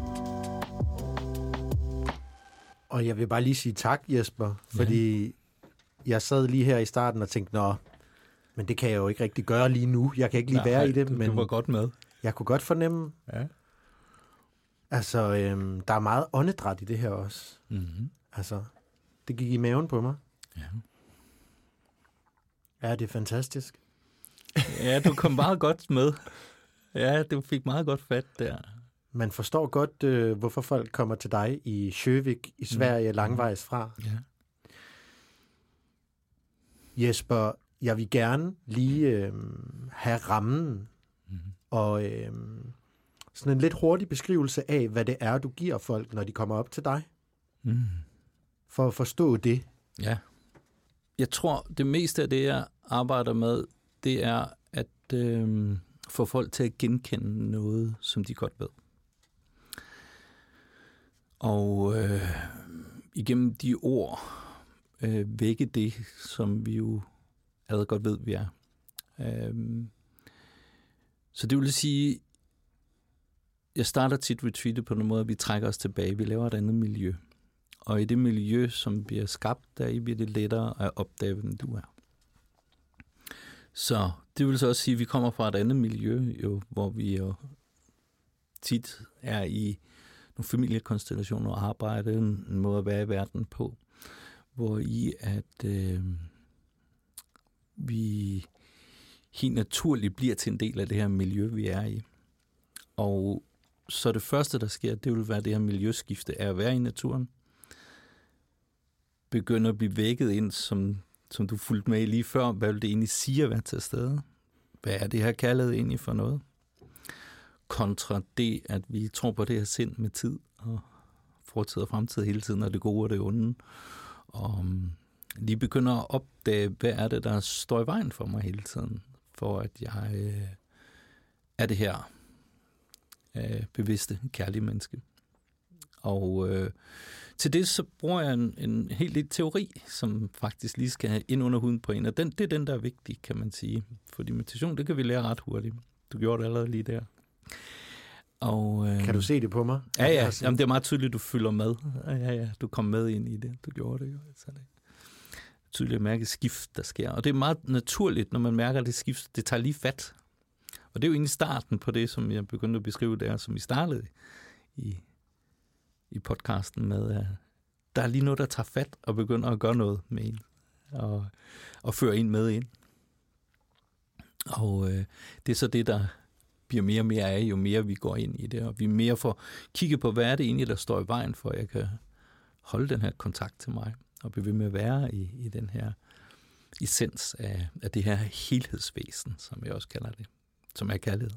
Og jeg vil bare lige sige tak, Jesper, fordi jeg sad lige her i starten og tænkte, men det kan jeg jo ikke rigtig gøre lige nu. Jeg kan ikke lige være i det, men du var godt med. Jeg kunne godt fornemme, altså, der er meget åndedræt i det her også. Mm-hmm. Altså, det gik i maven på mig. Ja. Ja, det er fantastisk. Ja, du kom meget godt med. Ja, du fik meget godt fat der. Man forstår godt, hvorfor folk kommer til dig i Sjøvik i Sverige langvejs fra. Ja. Jesper, jeg vil gerne lige have rammen og sådan en lidt hurtig beskrivelse af, hvad det er, du giver folk, når de kommer op til dig. For at forstå det. Ja. Jeg tror, det meste af det, jeg arbejder med, det er at få folk til at genkende noget, som de godt ved. Og igennem de ord vække det, som vi jo allerede godt ved, vi er. Så det vil sige, jeg starter tit retreatet på den måde, at vi trækker os tilbage. Vi laver et andet miljø. Og i det miljø, som bliver skabt, der bliver det lettere at opdage, hvem du er. Så det vil så også sige, at vi kommer fra et andet miljø, jo, hvor vi jo tit er i nogle familiekonstellationer og arbejde, en måde at være i verden på, hvor i at vi helt naturligt bliver til en del af det her miljø, vi er i. Og så det første, der sker, det vil være det her miljøskifte af at være i naturen. Begynder at blive vækket ind, som du fulgte med i lige før. Hvad vil det egentlig sige at være til stede? Hvad er det her kærlighed egentlig for noget? Kontra det, at vi tror på det her sind med tid og fortid og fremtid hele tiden, og det gode og det onde. Og lige begynder at opdage, hvad er det, der står i vejen for mig hele tiden, for at jeg er det her bevidste, kærlige menneske. Og til det så bruger jeg en helt lille teori, som faktisk lige skal have ind under huden på en, og det er den, der er vigtig, kan man sige. Fordi meditation, det kan vi lære ret hurtigt. Du gjorde det allerede lige der. Og, kan du se det på mig? Ja. Jamen, det er meget tydeligt, du følger med. Ja, du kom med ind i det. Du gjorde det jo. Så det er tydeligt at mærke skift, der sker. Og det er meget naturligt, når man mærker det skift. Det tager lige fat. Og det er jo egentlig starten på det, som jeg begyndte at beskrive der, som vi startede i podcasten med, at der er lige noget, der tager fat og begynder at gøre noget med en. Og føre en med ind. Og det er så det, der bliver mere og mere af, jo mere vi går ind i det, og vi mere får kigget på, hvad er det egentlig, der står i vejen for, at jeg kan holde den her kontakt til mig, og blive ved med at være i den her essens af det her helhedsvæsen, som jeg også kalder det, som er kærlighed.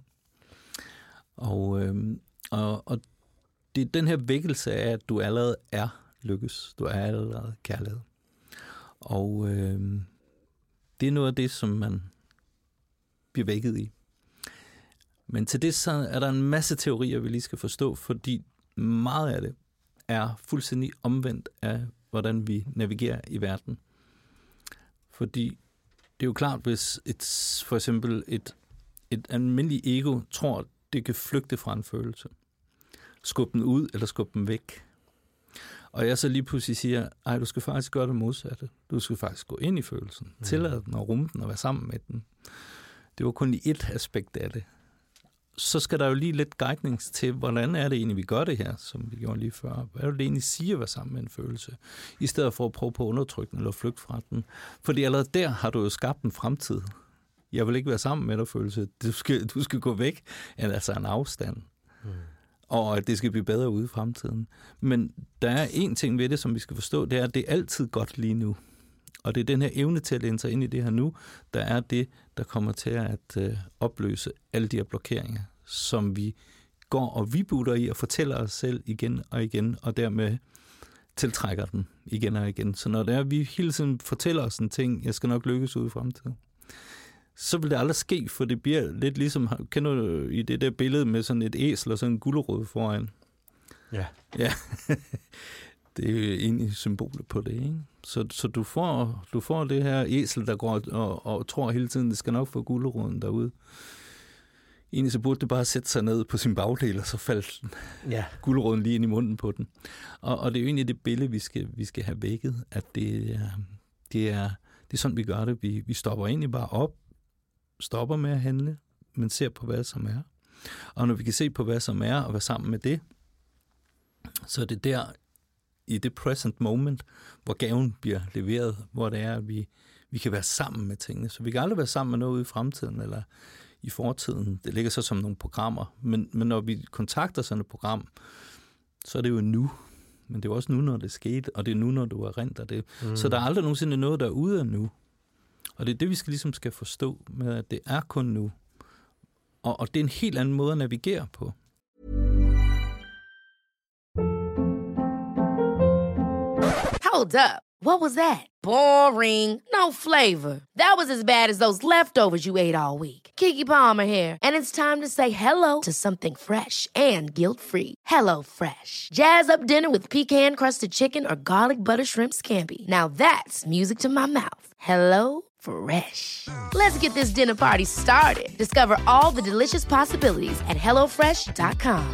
Og det er den her vækkelse af, at du allerede er lykkes, du er allerede kærlighed. Og det er noget af det, som man bliver vækket i. Men til det så er der en masse teorier, vi lige skal forstå, fordi meget af det er fuldstændig omvendt af, hvordan vi navigerer i verden. Fordi det er jo klart, hvis for eksempel et almindeligt ego tror, det kan flygte fra en følelse. Skubbe den ud eller skubbe den væk. Og jeg så lige pludselig siger, ej, du skal faktisk gøre det modsatte. Du skal faktisk gå ind i følelsen, tillade den og rumme den og være sammen med den. Det var kun lige et aspekt af det. Så skal der jo lige lidt guidning til, hvordan er det egentlig, vi gør det her, som vi gjorde lige før. Hvad vil det egentlig sige at være sammen med en følelse? I stedet for at prøve på at undertrykke den eller flygte fra den. Fordi allerede der har du jo skabt en fremtid. Jeg vil ikke være sammen med dig, følelse. Du skal gå væk, altså en afstand. Og at det skal blive bedre ude i fremtiden. Men der er en ting ved det, som vi skal forstå, det er, at det er altid godt lige nu. Og det er den her evne til at læne sig ind i det her nu, der er det, der kommer til at opløse alle de her blokeringer, som vi går og vibutter i og fortæller os selv igen og igen, og dermed tiltrækker den igen og igen. Så når det er, vi hele tiden fortæller os en ting, jeg skal nok lykkes ude i fremtiden, så vil det aldrig ske, for det bliver lidt ligesom, kender du i det der billede med sådan et æsel og sådan en gulerod foran? Ja. Det er jo egentlig symbolet på det, ikke? Så du får det her æsel, der går og tror hele tiden, det skal nok få guleroden derude. egentlig så burde det bare sætte sig ned på sin bagdel, og så faldt guleroden lige ind i munden på den. Og det er jo egentlig det billede, vi skal have vækket, at det er sådan, vi gør det. Vi stopper egentlig bare op, stopper med at handle, men ser på, hvad som er. Og når vi kan se på, hvad som er, og være sammen med det, så er det der, i det present moment, hvor gaven bliver leveret, hvor det er, at vi kan være sammen med tingene. Så vi kan aldrig være sammen med noget ude i fremtiden, eller i fortiden. Det ligger så som nogle programmer. Men når vi kontakter sådan et program, så er det jo nu. Men det er også nu, når det skete, og det er nu, når du erindrer det. Så der er aldrig nogensinde noget, der er ude af nu. Og det er det, vi skal forstå med, at det er kun nu. Og det er en helt anden måde at navigere på. Hold up. What was that? Boring. No flavor. That was as bad as those leftovers you ate all week. Keke Palmer here, and it's time to say hello to something fresh and guilt-free. Hello Fresh. Jazz up dinner with pecan-crusted chicken or garlic butter shrimp scampi. Now that's music to my mouth. Hello Fresh. Let's get this dinner party started. Discover all the delicious possibilities at hellofresh.com.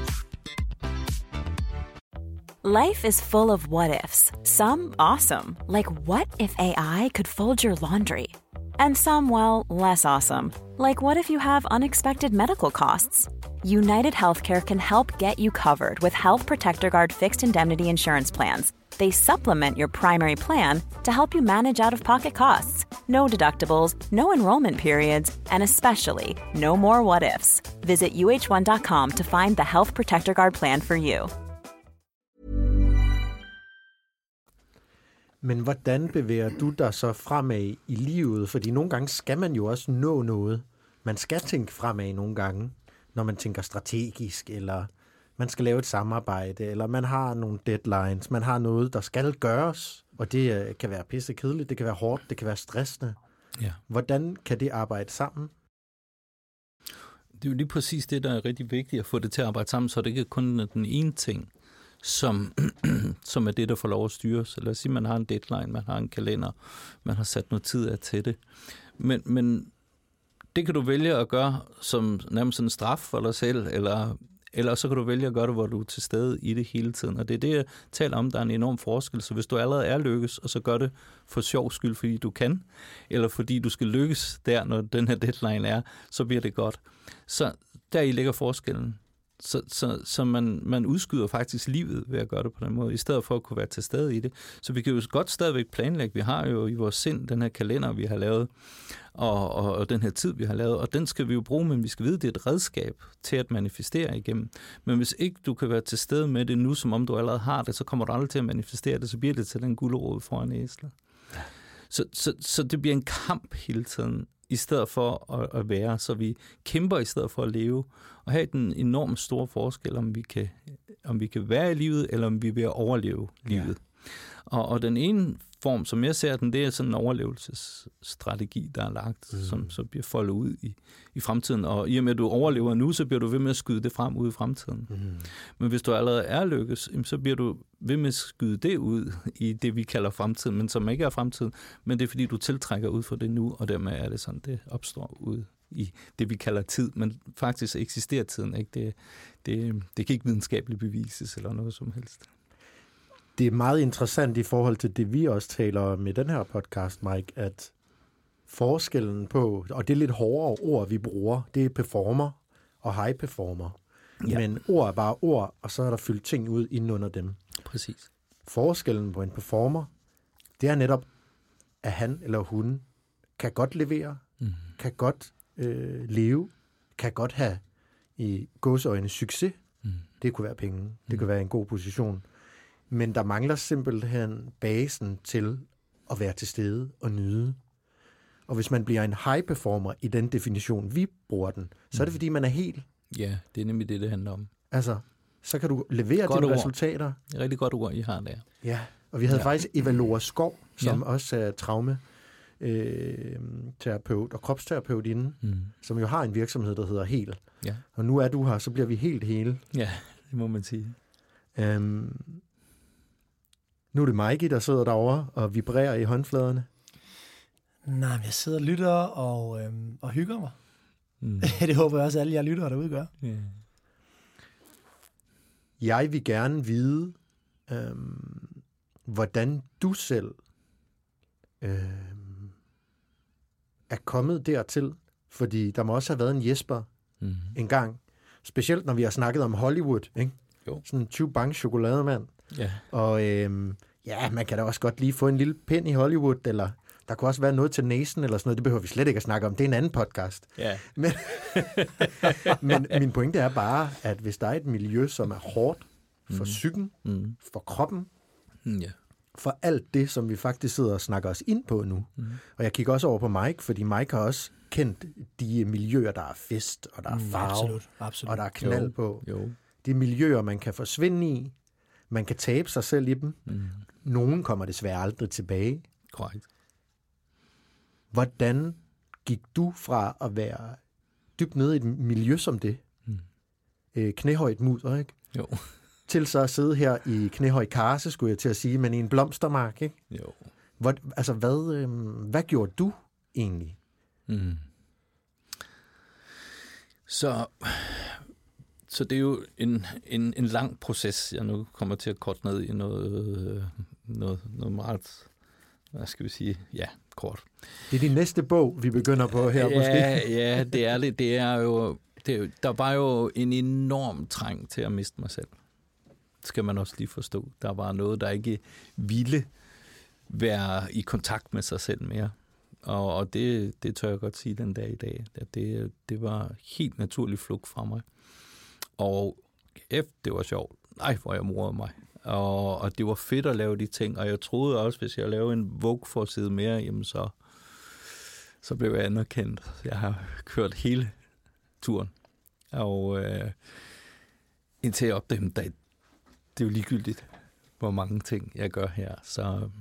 Life is full of what-ifs. Some awesome, like what if AI could fold your laundry? And some, well, less awesome, like what if you have unexpected medical costs? United Healthcare can help get you covered with Health Protector Guard fixed indemnity insurance plans. They supplement your primary plan to help you manage out-of-pocket costs. No deductibles, no enrollment periods, and especially no more what-ifs. Visit uh1.com to find the Health Protector Guard plan for you. Men hvordan bevæger du dig så fremad i livet? Fordi nogle gange skal man jo også nå noget. Man skal tænke fremad nogle gange, når man tænker strategisk, eller man skal lave et samarbejde, eller man har nogle deadlines, man har noget, der skal gøres. Og det kan være pisse kedeligt, det kan være hårdt, det kan være stressende. Ja. Hvordan kan det arbejde sammen? Det er jo lige præcis det, der er rigtig vigtigt, at få det til at arbejde sammen, så det ikke kun er den ene ting, som er det, der får lov at styres. Lad os sige, man har en deadline, man har en kalender, man har sat noget tid af til det. Men det kan du vælge at gøre som nærmest sådan en straf for dig selv, eller så kan du vælge at gøre det, hvor du er til stede i det hele tiden. Og det er det, jeg taler om, der er en enorm forskel. Så hvis du allerede er lykkes, og så gør det for sjov skyld, fordi du kan, eller fordi du skal lykkes der, når den her deadline er, så bliver det godt. Så deri ligger forskellen. Så man udskyder faktisk livet ved at gøre det på den måde, i stedet for at kunne være til stede i det. Så vi kan jo godt stadigvæk planlægge. Vi har jo i vores sind den her kalender, vi har lavet, og den her tid, vi har lavet, og den skal vi jo bruge, men vi skal vide, det er et redskab til at manifestere igennem. Men hvis ikke du kan være til stede med det nu, som om du allerede har det, så kommer du aldrig til at manifestere det, så bliver det til den gulerod foran æslet. Så det bliver en kamp hele tiden, i stedet for at være. Så vi kæmper i stedet for at leve. Og have den enormt store forskel, om vi kan være i livet, eller om vi er ved at overleve livet. Ja. Og den ene form, som jeg ser den, det er sådan en overlevelsesstrategi, der er lagt, som så bliver foldet ud i fremtiden. Og i og med, at du overlever nu, så bliver du ved med at skyde det frem ud i fremtiden. Men hvis du allerede er lykkes, så bliver du ved med at skyde det ud i det, vi kalder fremtiden, men som ikke er fremtiden. Men det er, fordi du tiltrækker ud fra det nu, og dermed er det sådan, det opstår ud i det, vi kalder tid. Men faktisk eksisterer tiden ikke. Det kan ikke videnskabeligt bevises eller noget som helst. Det er meget interessant i forhold til det, vi også taler om i den her podcast, Mike, at forskellen på, og det er lidt hårdere ord, vi bruger, det er performer og high performer. Ja. Men ord er bare ord, og så er der fyldt ting ud inden under dem. Præcis. Forskellen på en performer, det er netop, at han eller hun kan godt levere, kan godt leve, kan godt have i gåseøjne succes. Det kunne være penge, det kunne være en god position. Men der mangler simpelthen basen til at være til stede og nyde. Og hvis man bliver en high performer i den definition, vi bruger den, så er det fordi, man er hel. Ja, det er nemlig det handler om. Altså, så kan du levere godt dine ord. Resultater. Det er rigtig godt ord, I har der. Ja, og vi havde faktisk Eva Lora Skov, som også er traumeterapeut og kropsterapeut inden, som jo har en virksomhed, der hedder Hel. Ja. Og nu er du her, så bliver vi helt hele. Ja, det må man sige. Nu er det Mikey, der sidder derovre og vibrerer i håndfladerne. Nej, jeg sidder og lytter og hygger mig. Det håber jeg også, alle jer lyttere derude gør. Yeah. Jeg vil gerne vide, hvordan du selv er kommet dertil. Fordi der må også have været en Jesper en gang. Specielt når vi har snakket om Hollywood, ikke? Jo. Sådan en 20 bang chokolademand. Ja. Og man kan da også godt lige få en lille pind i Hollywood, eller der kunne også være noget til næsen, eller sådan noget. Det behøver vi slet ikke at snakke om. Det er en anden podcast. Ja. Men min pointe er bare, at hvis der er et miljø, som er hårdt for psyken, for kroppen, for alt det, som vi faktisk sidder og snakker os ind på nu. Og jeg kigger også over på Mike, fordi Mike har også kendt de miljøer, der er fest, og der er farve, absolut. og der er knald på. Jo. De miljøer, man kan forsvinde i. Man kan tabe sig selv i dem. Nogen kommer desværre aldrig tilbage. Korrekt. Hvordan gik du fra at være dybt nede i et miljø som det, knæhøjt mudder, ikke? Jo. Til så at sidde her i knæhøj karse, skulle jeg til at sige, men i en blomstermark, ikke? Jo. Hvad gjorde du egentlig? Så det er jo en lang proces, jeg nu kommer til at korte ned i noget meget, hvad skal vi sige, kort. Det er din næste bog, vi begynder på her, måske? Ja, det er det. Der var jo en enorm trang til at miste mig selv. Det skal man også lige forstå. Der var noget, der ikke ville være i kontakt med sig selv mere. Og det tør jeg godt sige den dag i dag. At det var helt naturlig flugt fra mig. Og det var sjovt. Nej, hvor jeg morede mig. Og det var fedt at lave de ting. Og jeg troede også, hvis jeg lavede en Vogue-forside mere, jamen så blev jeg anerkendt. Jeg har kørt hele turen. Og indtil jeg opdagede, det er jo ligegyldigt, hvor mange ting jeg gør her. Så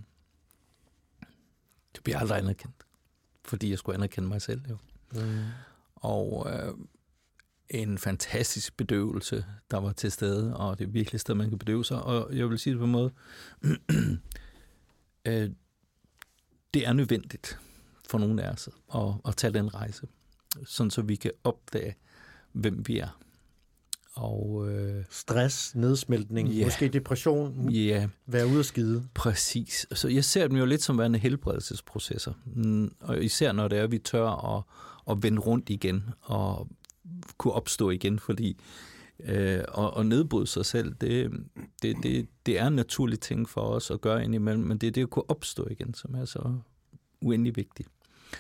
det bliver aldrig anerkendt. Fordi jeg skulle anerkende mig selv, jo. Og en fantastisk bedøvelse, der var til stede, og det er virkelig et sted, man kan bedøve sig. Og jeg vil sige det på en måde, det er nødvendigt for nogle af os at tage den rejse, sådan så vi kan opdage, hvem vi er. Og stress, nedsmeltning, måske depression, være ude at skide. Præcis. Så jeg ser dem jo lidt som værende helbredelsesprocesser. Og især når det er, at vi tør at vende rundt igen og kunne opstå igen, fordi og nedbryde sig selv, det er en naturlig ting for os at gøre indimellem, men det er det at kunne opstå igen, som er så uendelig vigtigt.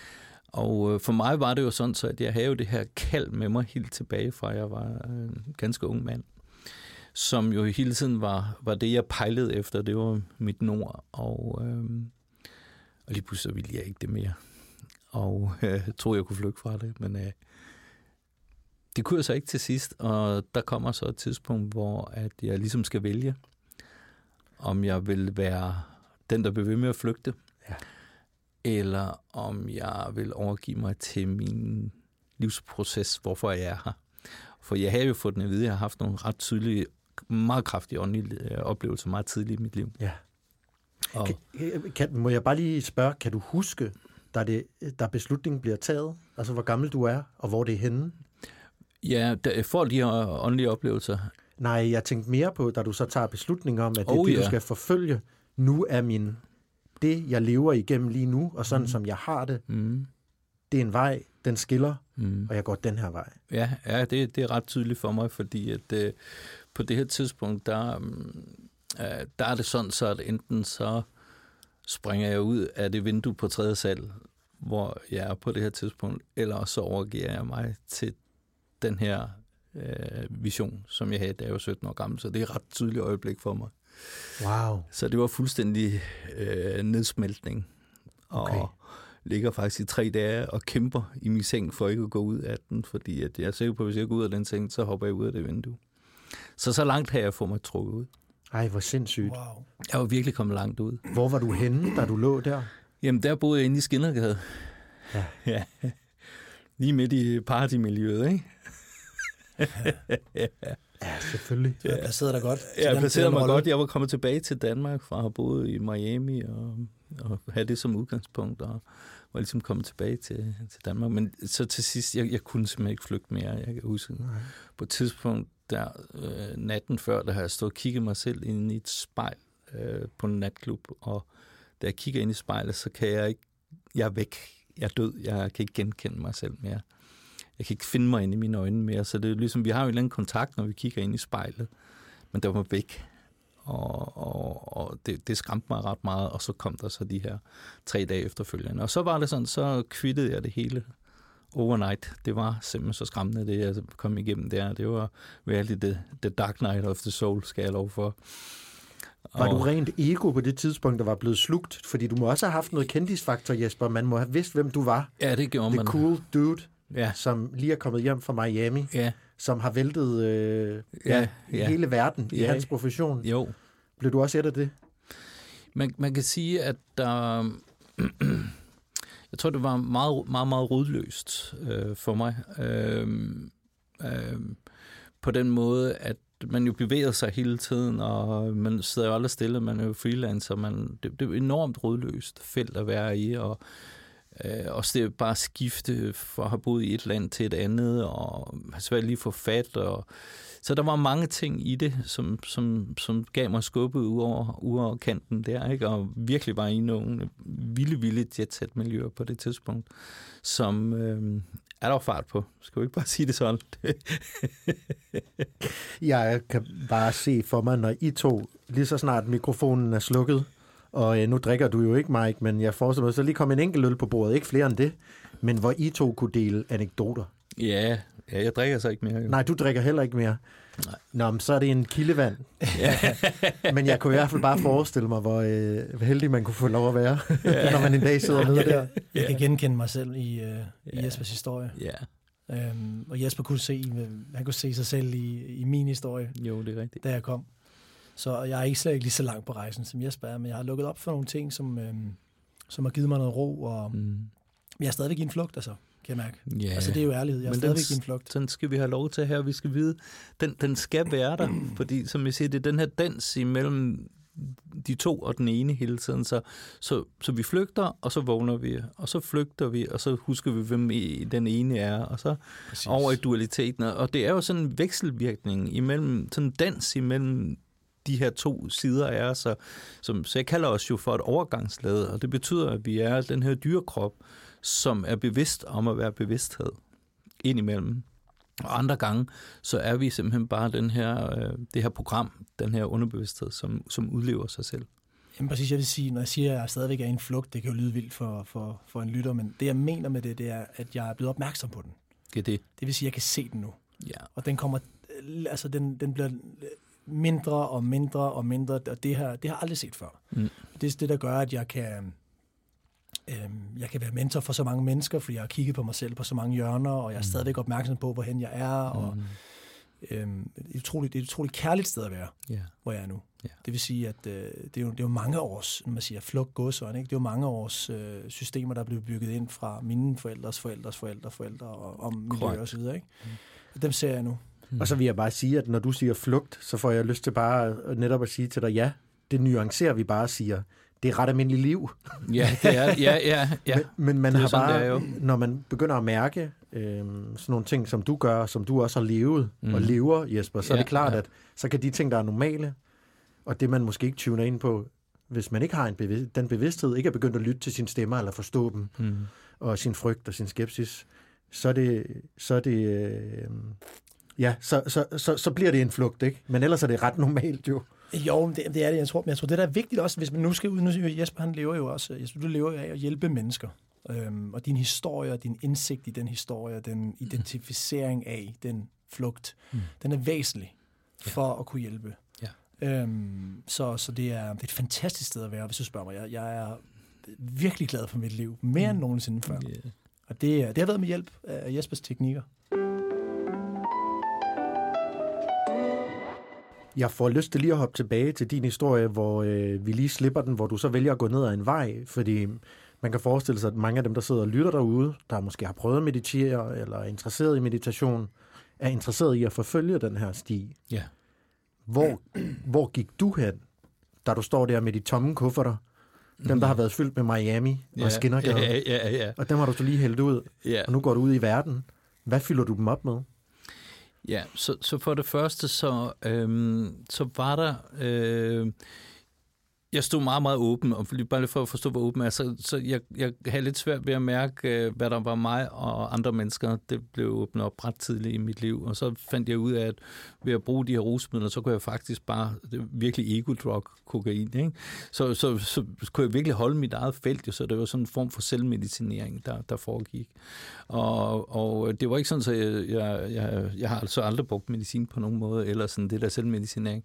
Og for mig var det jo sådan, så at jeg havde det her kald med mig helt tilbage fra, jeg var en ganske ung mand, som jo hele tiden var det, jeg pejlede efter. Det var mit nord, og lige pludselig ville jeg ikke det mere. Og jeg troede, jeg kunne flygte fra det, men det kunne jeg så ikke til sidst, og der kommer så et tidspunkt, hvor at jeg ligesom skal vælge, om jeg vil være den, der bliver ved med at flygte, eller om jeg vil overgive mig til min livsproces, hvorfor jeg er her. For jeg har jo fået den at vide, at jeg har haft nogle ret tydelige, meget kraftige åndelige oplevelser meget tidligt i mit liv. Ja. Og må jeg bare lige spørge, kan du huske, da beslutningen bliver taget? Altså, hvor gammel du er, og hvor det er henne? Ja, for de her åndelige oplevelser. Nej, jeg tænkte mere på, da du så tager beslutningen om, at det er det, du skal forfølge. Nu er det, jeg lever igennem lige nu, og sådan som jeg har det, det er en vej, den skiller, og jeg går den her vej. Ja, det er ret tydeligt for mig, fordi at på det her tidspunkt, der er det sådan, så at enten så springer jeg ud af det vindue på 3. sal, hvor jeg er på det her tidspunkt, eller så overgiver jeg mig til den her vision, som jeg havde, da jeg var 17 år gammel. Så det er et ret tydeligt øjeblik for mig. Wow. Så det var fuldstændig nedsmeltning. Og ligger faktisk i 3 dage og kæmper i min seng for ikke at gå ud af den, fordi at jeg er sikker på, at hvis jeg går ud af den seng, så hopper jeg ud af det vindue. Så langt har jeg fået mig trukket ud. Ej, hvor sindssygt. Wow. Jeg var virkelig kommet langt ud. Hvor var du henne, da du lå der? Jamen, der boede jeg inde i Skindergade. Ja. Lige midt i partymiljøet, ikke? Ja, selvfølgelig. Du har placeret dig godt. Jeg placerede mig godt. Jeg var kommet tilbage til Danmark fra at have boet i Miami og have det som udgangspunkt, og var ligesom kommet tilbage til Danmark. Men så til sidst, jeg kunne simpelthen ikke flygte mere. Jeg kan huske, på et tidspunkt, der natten før, der har jeg stået og kigget mig selv ind i et spejl på en natklub, og da jeg kigger ind i spejlet, så kan jeg ikke, jeg er væk, jeg er død, jeg kan ikke genkende mig selv mere. Jeg kan ikke finde mig ind i mine øjne mere, så det er ligesom, vi har jo en eller anden kontakt, når vi kigger ind i spejlet, men der var væk, og det skræmte mig ret meget, og så kom der så de her 3 dage efterfølgende, og så var det sådan, så kvittede jeg det hele overnight. Det var simpelthen så skræmmende, det jeg kom igennem der. Det var virkelig the dark night of the soul, skal jeg lov for. Var du rent ego på det tidspunkt, der var blevet slugt? Fordi du må også have haft noget kendisfaktor, Jesper. Man må have vidst, hvem du var. Ja, det gjorde man. The cool dude, som lige er kommet hjem fra Miami, som har væltet hele verden i hans profession. Jo. Blev du også et af det? Man kan sige, at jeg tror, det var meget, meget, meget rodløst for mig. På den måde, at man jo bevæger sig hele tiden, og man sidder jo aldrig stille, man er jo freelancer, det er jo enormt rodløst felt at være i, og også det bare skifte for at have boet i et land til et andet, og have svært lige at få fat, så der var mange ting i det, som gav mig skubbet ud over kanten der, ikke? Og virkelig var i nogle vilde jetset-miljøer på det tidspunkt, som er der fart på. Skal vi ikke bare sige det sådan? Jeg kan bare se for mig, når I to, lige så snart mikrofonen er slukket, og nu drikker du jo ikke, Mike, men jeg forestiller mig, så lige kom en enkelt øl på bordet, ikke flere end det, men hvor I to kunne dele anekdoter. Ja, jeg drikker så ikke mere. Jo. Nej, du drikker heller ikke mere. Nej. Nå, men så er det en kildevand. Men jeg kunne i hvert fald bare forestille mig, hvor heldig man kunne få lov at være, når man en dag sidder nede der. Jeg kan genkende mig selv i Jespers historie. Ja. Og Jesper kunne se sig selv i min historie, jo, det er rigtigt, da jeg kom. Så jeg er ikke lige så langt på rejsen, som Jesper er, men jeg har lukket op for nogle ting, som har givet mig noget ro, og jeg er stadigvæk i en flugt, altså. Kan jeg mærke. Ja. Altså, det er jo ærlighed. Jeg er stadigvæk i en flugt. Sådan skal vi have lov til her. Vi skal vide, den skal være der, fordi, som jeg siger, det er den her dans imellem de to og den ene hele tiden. Så vi flygter, og så vågner vi, og så flygter vi, og så husker vi, hvem den ene er, og så over i dualiteten. Og det er jo sådan en vekselvirkning imellem, sådan en dans imellem de her to sider af os. Så jeg kalder os jo for et overgangsled, og det betyder, at vi er den her dyrekrop, som er bevidst om at være bevidsthed indimellem. Og andre gange, så er vi simpelthen bare det her program, den her underbevidsthed, som udlever sig selv. Jamen præcis, jeg vil sige, når jeg siger, at jeg stadigvæk er i en flugt, det kan jo lyde vildt for en lytter, men det jeg mener med det er, at jeg er blevet opmærksom på den. Det er det. Det vil sige, at jeg kan se den nu. Ja. Og den kommer, altså den bliver mindre og mindre og mindre, og det har jeg aldrig set før. Det er det, der gør, at jeg kan være mentor for så mange mennesker, fordi jeg har kigget på mig selv på så mange hjørner, og jeg er stadigvæk opmærksom på, hvorhen jeg er, og det er et utroligt kærligt sted at være, hvor jeg er nu. Yeah. Det vil sige, at det er jo mange års, når man siger flugt godsøjne, ikke? Det er jo mange års systemer, der er blevet bygget ind fra mine forældre og miljø og så videre, ikke? Dem ser jeg nu. Og så vil jeg bare sige, at når du siger flugt, så får jeg lyst til bare netop at sige til dig, ja, det nuancerer vi bare siger, det er ret almindeligt liv. Ja, det er, ja. Men man har bare, når man begynder at mærke sådan nogle ting, som du gør, som du også har levet og lever, Jesper, så er det klart, at så kan de ting, der er normale, og det man måske ikke tuner ind på, hvis man ikke har den bevidsthed, ikke er begyndt at lytte til sine stemmer, eller forstå dem, og sin frygt og sin skepsis, så bliver det en flugt, ikke? Men ellers er det ret normalt jo. Jo, det er det. Jeg tror, det der er vigtigt også, hvis man nu skal ud, nu Jesper, han lever jo også, Jesper, du lever af at hjælpe mennesker. Og din historie, din indsigt i den historie, den identificering af den flugt, den er væsentlig for at kunne hjælpe. Ja. Så det er et fantastisk sted at være, hvis du spørger mig. Jeg er virkelig glad for mit liv, mere end nogensinde før. Yeah. Og det har været med hjælp af Jespers teknikker. Jeg får lyst til lige at hoppe tilbage til din historie, hvor vi lige slipper den, hvor du så vælger at gå ned ad en vej, fordi man kan forestille sig, at mange af dem, der sidder og lytter derude, der måske har prøvet at meditere, eller er interesseret i meditation, er interesseret i at forfølge den her sti. Ja. Hvor gik du hen, da du står der med de tomme kufferter, Dem, der har været fyldt med Miami og Skinnergade. Ja. Og dem har du så lige hældt ud. Ja. Og nu går du ud i verden. Hvad fylder du dem op med? Ja, så for det første, så var der... jeg stod meget, meget åben, og bare for at forstå, hvor åben er, så jeg havde lidt svært ved at mærke, hvad der var mig og andre mennesker. Det blev åbnet op ret tidligt i mit liv, og så fandt jeg ud af, at ved at bruge de her rusmidler, så kunne jeg faktisk bare virkelig ego-drug kokain, ikke? Så kunne jeg virkelig holde mit eget felt, så det var sådan en form for selvmedicinering, der foregik. Og det var ikke sådan, så jeg har altså aldrig brugt medicin på nogen måde, eller sådan det der selvmedicinering,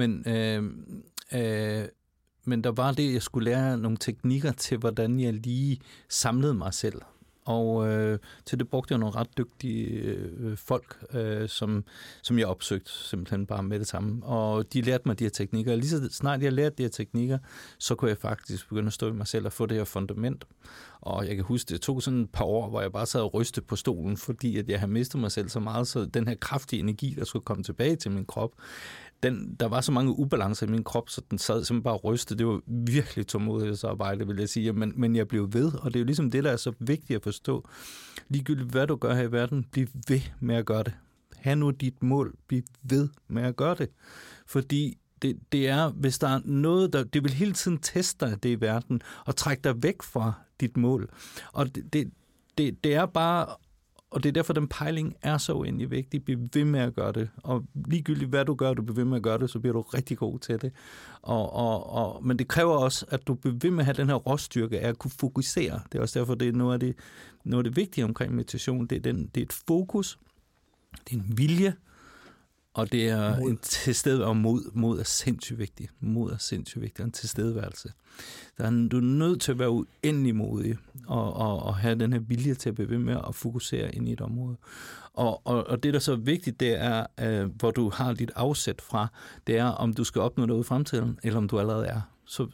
men der var det, jeg skulle lære nogle teknikker til, hvordan jeg lige samlede mig selv. Og til det brugte jeg nogle ret dygtige folk, som jeg opsøgte simpelthen bare med det samme. Og de lærte mig de her teknikker. Lige så snart jeg lærte de her teknikker, så kunne jeg faktisk begynde at stå i mig selv og få det her fundament. Og jeg kan huske, det tog sådan et par år, hvor jeg bare sad og rystede på stolen, fordi at jeg havde mistet mig selv så meget, så den her kraftige energi, der skulle komme tilbage til min krop, der var så mange ubalancer i min krop, så den sad simpelthen bare rystet. Det var virkelig tålmodighedsarbejde, vil jeg sige. Men jeg blev ved, og det er jo ligesom det, der er så vigtigt at forstå. Ligegyldigt hvad du gør her i verden, bliv ved med at gøre det. Ha' nu dit mål, bliv ved med at gøre det. Fordi det er, hvis der er noget, det vil hele tiden teste dig det i verden, og trække dig væk fra dit mål. Og det er bare... Og det er derfor, den pejling er så uendelig vigtig. Bliv ved med at gøre det. Og ligegyldigt hvad du gør, du bliver ved med at gøre det, så bliver du rigtig god til det. Men det kræver også, at du bliver ved med at have den her råstyrke af at kunne fokusere. Det er også derfor, det er noget af det vigtige omkring meditation. Det er et fokus, det er en vilje, og det er en tilstedeværelse, og mod er sindssygt vigtigt. Mod er sindssygt vigtigt, en tilstedeværelse. Du er nødt til at være uendelig modig, og have den her vilje til at blive ved med at fokusere ind i et område. Og det, der så er vigtigt, det er, hvor du har dit afsæt fra, det er, om du skal opnå noget i fremtiden, eller om du allerede er.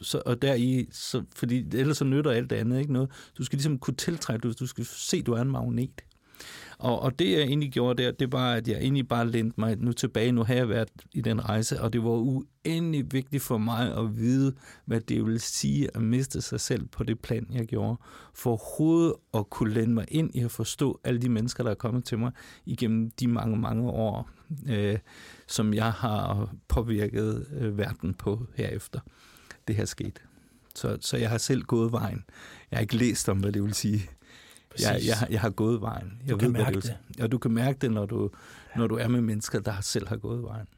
Fordi ellers så nytter alt det andet ikke noget. Du skal ligesom kunne tiltrække, du skal se, du er en magnet. Og det, jeg egentlig gjorde der, det var, at jeg egentlig bare lænte mig nu tilbage. Nu har jeg været i den rejse, og det var uendelig vigtigt for mig at vide, hvad det vil sige at miste sig selv på det plan, jeg gjorde. For overhovedet at kunne lænde mig ind i at forstå alle de mennesker, der er kommet til mig igennem de mange, mange år, som jeg har påvirket verden på herefter. Det her skete. Så jeg har selv gået vejen. Jeg har ikke læst om, hvad det vil sige. Jeg har gået vejen. Du kan mærke det. Ja, du kan mærke det, når du er med mennesker, der selv har gået vejen.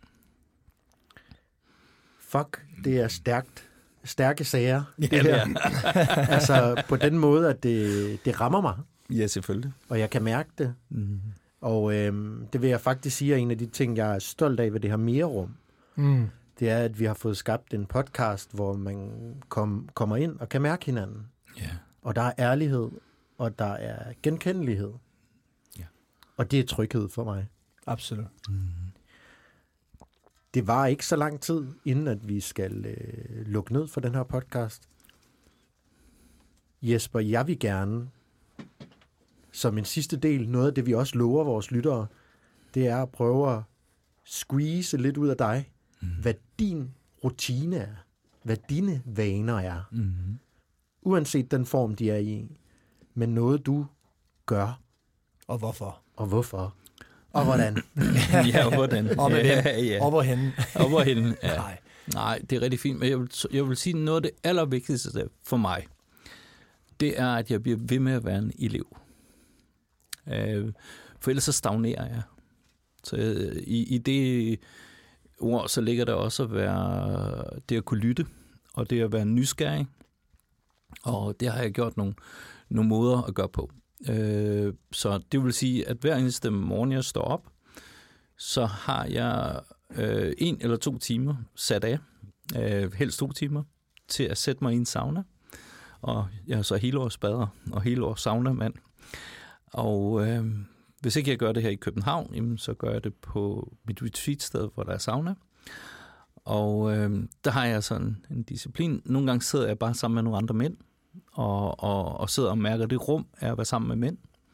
Fuck, det er stærke sager. Ja, det her. Altså på den måde, at det rammer mig. Ja, selvfølgelig. Og jeg kan mærke det. Mm. Og det vil jeg faktisk sige, er en af de ting, jeg er stolt af ved det her mere rum. Mm. Det er, at vi har fået skabt en podcast, hvor man kommer ind og kan mærke hinanden. Yeah. Og der er ærlighed, og der er genkendelighed. Ja. Og det er tryghed for mig. Absolut. Mm. Det var ikke så lang tid, inden at vi skal lukke ned for den her podcast. Jesper, jeg vil gerne, som en sidste del, noget af det, vi også lover vores lyttere, det er at prøve at squeeze lidt ud af dig, hvad din rutine er, hvad dine vaner er. Mm. Uanset den form, de er i. Men noget, du gør. Og hvorfor. Og hvorfor. Og hvordan. Ja, og hvordan. Og med hvem. Ja. Og hvorhenne. Og hvorhenne. Ja. Nej, det er rigtig fint. Men jeg vil sige, noget af det allervigtigste for mig, det er, at jeg bliver ved med at være en elev. For ellers så stagnerer jeg. Så i det ord, så ligger der også at være det at kunne lytte, og det at være nysgerrig. Og det har jeg gjort nogle måder at gøre på. Så det vil sige, at hver eneste morgen, jeg står op, så har jeg 1 eller 2 timer sat af, helst 2 timer, til at sætte mig i en sauna. Og jeg er så helårsbader og helårs saunamand. Og hvis ikke jeg gør det her i København, jamen, så gør jeg det på mit retreat-sted, hvor der er sauna. Og der har jeg sådan en disciplin. Nogle gange sidder jeg bare sammen med nogle andre mænd, og sidder og mærker det rum af at være sammen med mænd,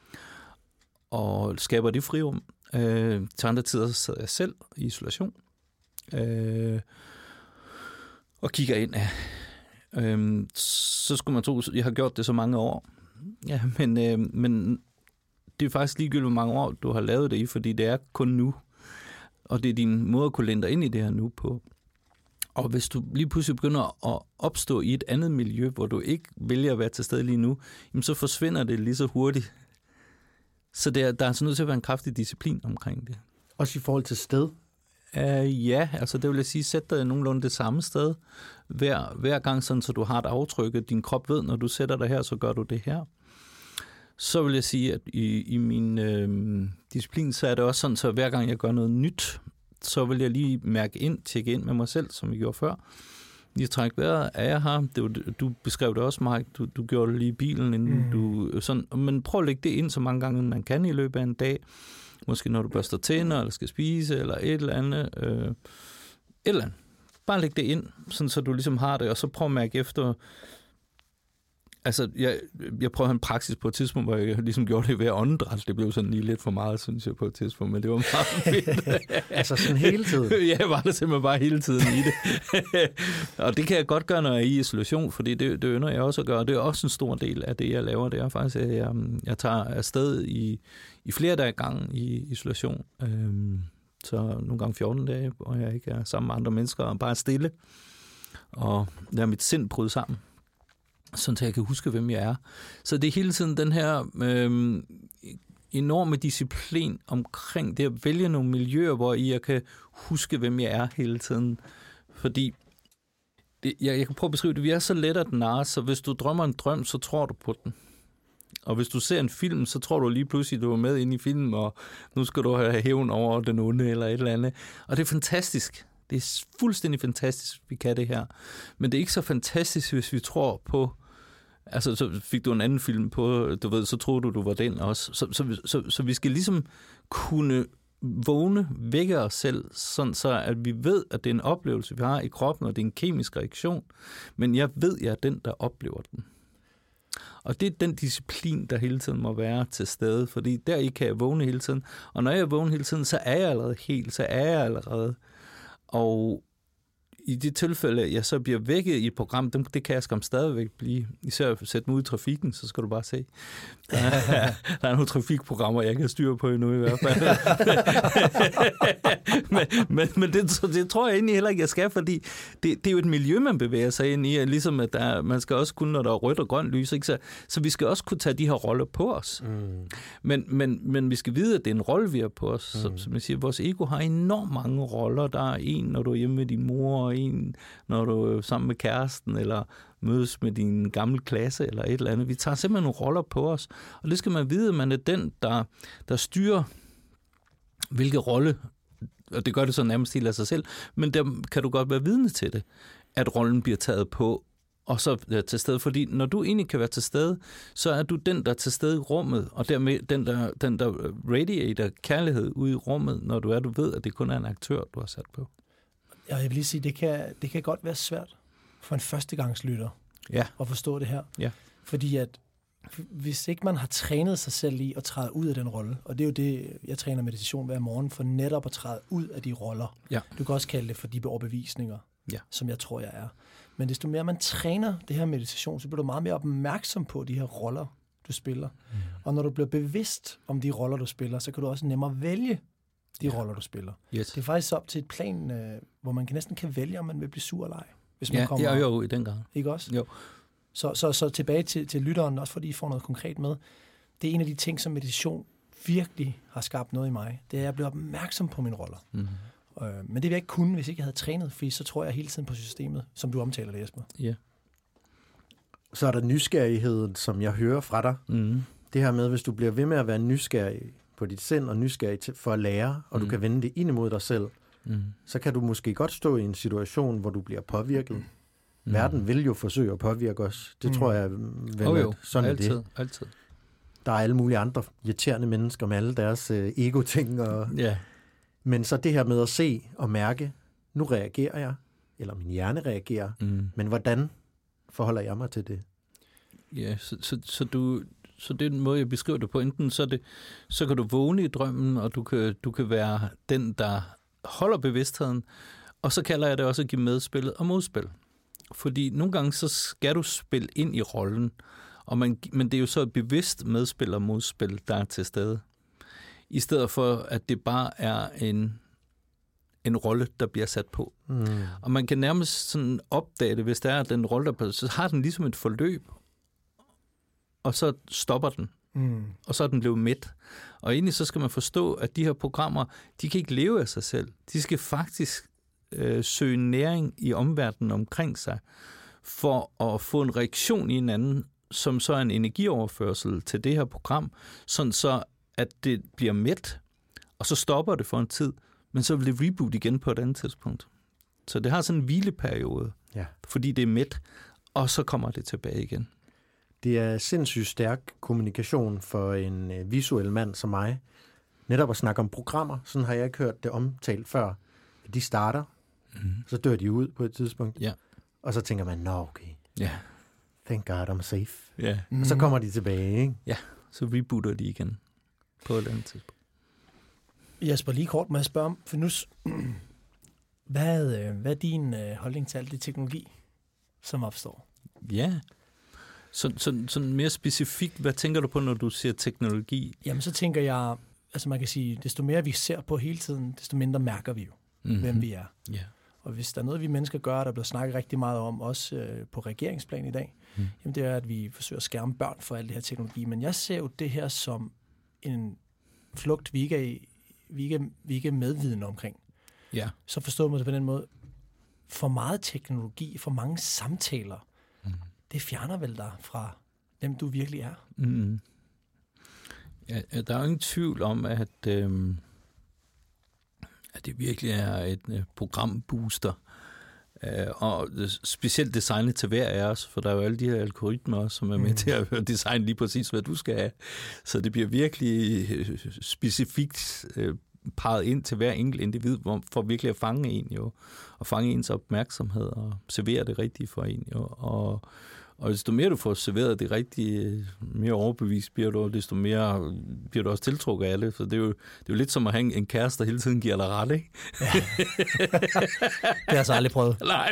og skaber det frirum. Til andre tider sidder jeg selv i isolation, og kigger ind af så skulle man tro, at jeg har gjort det så mange år. Ja, men det er faktisk ligegyldigt, hvor mange år du har lavet det i, fordi det er kun nu. Og det er din måde at kunne lænde dig ind i det her nu på. Og hvis du lige pludselig begynder at opstå i et andet miljø, hvor du ikke vælger at være til stede lige nu, jamen så forsvinder det lige så hurtigt. Så der er altså nødt til at være en kraftig disciplin omkring det. Også i forhold til sted? Ja, altså det vil jeg sige, sæt dig nogenlunde det samme sted hver gang, sådan, så du har et aftryk, at din krop ved, når du sætter dig her, så gør du det her. Så vil jeg sige, at i min disciplin, så er det også sådan, så hver gang jeg gør noget nyt, så vil jeg lige tjekke ind med mig selv, som jeg gjorde før. Jeg trækker vejret, er jeg her? Du beskrev det også, Mike. Du gjorde det lige i bilen, inden du sådan. Men prøv at lægge det ind så mange gange, man kan i løbet af en dag. Måske når du børster tænder, eller skal spise, eller et eller andet. Bare læg det ind, sådan, så du ligesom har det, og så prøv at mærke efter. Altså, jeg prøvede en praksis på et tidspunkt, hvor jeg ligesom gjorde det ved at åndedræt. Det blev sådan lige lidt for meget, synes jeg, på et tidspunkt, men det var meget fedt. Altså sådan hele tiden? Ja, jeg var der simpelthen bare hele tiden i det. Og det kan jeg godt gøre, når jeg er i isolation, fordi det ønsker jeg også at gøre. Det er også en stor del af det, jeg laver. Det er faktisk, at jeg tager afsted i flere dage gang i isolation. Så nogle gange 14 dage, hvor jeg ikke er sammen med andre mennesker, og bare er stille. Og lader mit sind bryde sammen, sådan så jeg kan huske, hvem jeg er. Så det er hele tiden den her enorme disciplin omkring det at vælge nogle miljøer, hvor jeg kan huske, hvem jeg er hele tiden. Fordi jeg kan prøve at beskrive det. Vi er så let at narre, så hvis du drømmer en drøm, så tror du på den. Og hvis du ser en film, så tror du lige pludselig, du er med inde i filmen, og nu skal du have hævn over den onde eller et eller andet. Og det er fantastisk. Det er fuldstændig fantastisk, vi kan det her. Men det er ikke så fantastisk, hvis vi tror på. Altså, så fik du en anden film på, du ved, så troede du var den også. Så vi skal ligesom kunne vække os selv, sådan så at vi ved, at det er en oplevelse, vi har i kroppen, og det er en kemisk reaktion. Men jeg ved, jeg er den, der oplever den. Og det er den disciplin, der hele tiden må være til stede, fordi deri kan jeg vågne hele tiden. Og når jeg vågner hele tiden, så er jeg allerede helt, så er jeg allerede. Og i det tilfælde, jeg så bliver vækket i et program, det kan jeg skam stadigvæk blive. Især at sætte mig ud i trafikken, så skal du bare se. Der er nogle trafikprogrammer, jeg kan styre på endnu i hvert fald. men det tror jeg egentlig heller ikke, jeg skal, fordi det er jo et miljø, man bevæger sig ind i, ligesom at man skal også kunne, når der er rødt og grønt lys, ikke? Så vi skal også kunne tage de her roller på os. Men vi skal vide, at det er en rolle, vi har på os. Som jeg siger, vores ego har enormt mange roller. Der er en, når du er hjemme med din mor, og en, når du er sammen med kæresten, eller mødes med din gamle klasse, eller et eller andet. Vi tager simpelthen nogle roller på os, og det skal man vide, at man er den, der styrer, hvilke rolle, og det gør det så nærmest helt af sig selv, men der kan du godt være vidne til det, at rollen bliver taget på, og så til stede, fordi når du egentlig kan være til stede, så er du den, der er til stede i rummet, og dermed den, der radiater kærlighed ud i rummet, når du ved, at det kun er en aktør, du har sat på. Ja, jeg vil lige sige, det kan godt være svært for en førstegangslytter at forstå det her. Ja. Fordi at hvis ikke man har trænet sig selv i at træde ud af den rolle, og det er jo det, jeg træner meditation hver morgen, for netop at træde ud af de roller. Ja. Du kan også kalde det for de overbevisninger, som jeg tror, jeg er. Men desto mere man træner det her meditation, så bliver du meget mere opmærksom på de her roller, du spiller. Og når du bliver bevidst om de roller, du spiller, så kan du også nemmere vælge de roller, du spiller. Yes. Det er faktisk op til et plan, hvor man næsten kan vælge, om man vil blive sur eller ej. Hvis man kommer, jo, i den gang. Ikke også? Jo. Så tilbage til lytteren, også fordi I får noget konkret med. Det er en af de ting, som meditation virkelig har skabt noget i mig. Det er, at jeg bliver opmærksom på mine roller. Men det vil jeg ikke kunne, hvis ikke jeg havde trænet, fordi så tror jeg hele tiden på systemet, som du omtaler det, Jesper. Ja. Så er der nysgerrigheden, som jeg hører fra dig. Det her med, hvis du bliver ved med at være nysgerrig på dit sind og nysgerrig for at lære, og du kan vende det ind imod dig selv, så kan du måske godt stå i en situation, hvor du bliver påvirket. Verden vil jo forsøge at påvirke os. Det tror jeg vel, sådan altid, er det. Altid. Der er alle mulige andre irriterende mennesker med alle deres ego-ting. Men så det her med at se og mærke, nu reagerer jeg, eller min hjerne reagerer, men hvordan forholder jeg mig til det? Ja, så det er den måde, jeg beskriver det på. Enten så kan du vågne i drømmen, og du kan være den, der holder bevidstheden, og så kalder jeg det også at give medspillet og modspil. Fordi nogle gange, så skal du spille ind i rollen, men det er jo så et bevidst medspil og modspil, der er til stede. I stedet for, at det bare er en rolle, der bliver sat på. Og man kan nærmest sådan opdage det, hvis der er den rolle, så har den ligesom et forløb, og så stopper den. Og så er den blevet midt. Og egentlig så skal man forstå, at de her programmer, de kan ikke leve af sig selv. De skal faktisk søge næring i omverdenen omkring sig, for at få en reaktion i en anden, som så er en energioverførsel til det her program, sådan så, at det bliver mæt, og så stopper det for en tid, men så vil det reboot igen på et andet tidspunkt. Så det har sådan en hvileperiode, fordi det er mæt, og så kommer det tilbage igen. Det er sindssygt stærk kommunikation for en visuel mand som mig. Netop at snakke om programmer, sådan har jeg ikke hørt det omtalt før. De starter, så dør de ud på et tidspunkt, og så tænker man, okay, thank God I'm safe. Og så kommer de tilbage, ikke? Ja, så rebooter de igen på et andet tidspunkt. Jesper, lige kort må jeg spørge om, for nu, hvad er din holdning til alt det teknologi, som opstår? Ja, sådan mere specifikt, hvad tænker du på, når du siger teknologi? Jamen, så tænker jeg, altså man kan sige, desto mere vi ser på hele tiden, desto mindre mærker vi jo, hvem vi er. Yeah. Og hvis der er noget, vi mennesker gør, der bliver snakket rigtig meget om, også på regeringsplan i dag, jamen det er, at vi forsøger at skærme børn for al det her teknologi. Men jeg ser jo det her som en flugt, vi ikke er medvidende omkring. Ja. Så forstår man det på den måde. For meget teknologi, for mange samtaler, det fjerner vel dig fra, hvem du virkelig er. Ja, der er jo ingen tvivl om, at det virkelig er et programbooster. Og specielt designet til hver af os, for der er jo alle de her algoritmer også, som er med til at designe lige præcis, hvad du skal have. Så det bliver virkelig specifikt peget ind til hver enkelt individ, for virkelig at fange en jo, og fange ens opmærksomhed og servere det rigtige for en jo. Og desto mere du får serveret det rigtige, mere overbevist bliver du, desto mere bliver du også tiltrukket af det. For det er jo lidt som at have en kæreste, der hele tiden giver dig ret, ikke? Ja. Det har jeg så aldrig prøvet. Nej,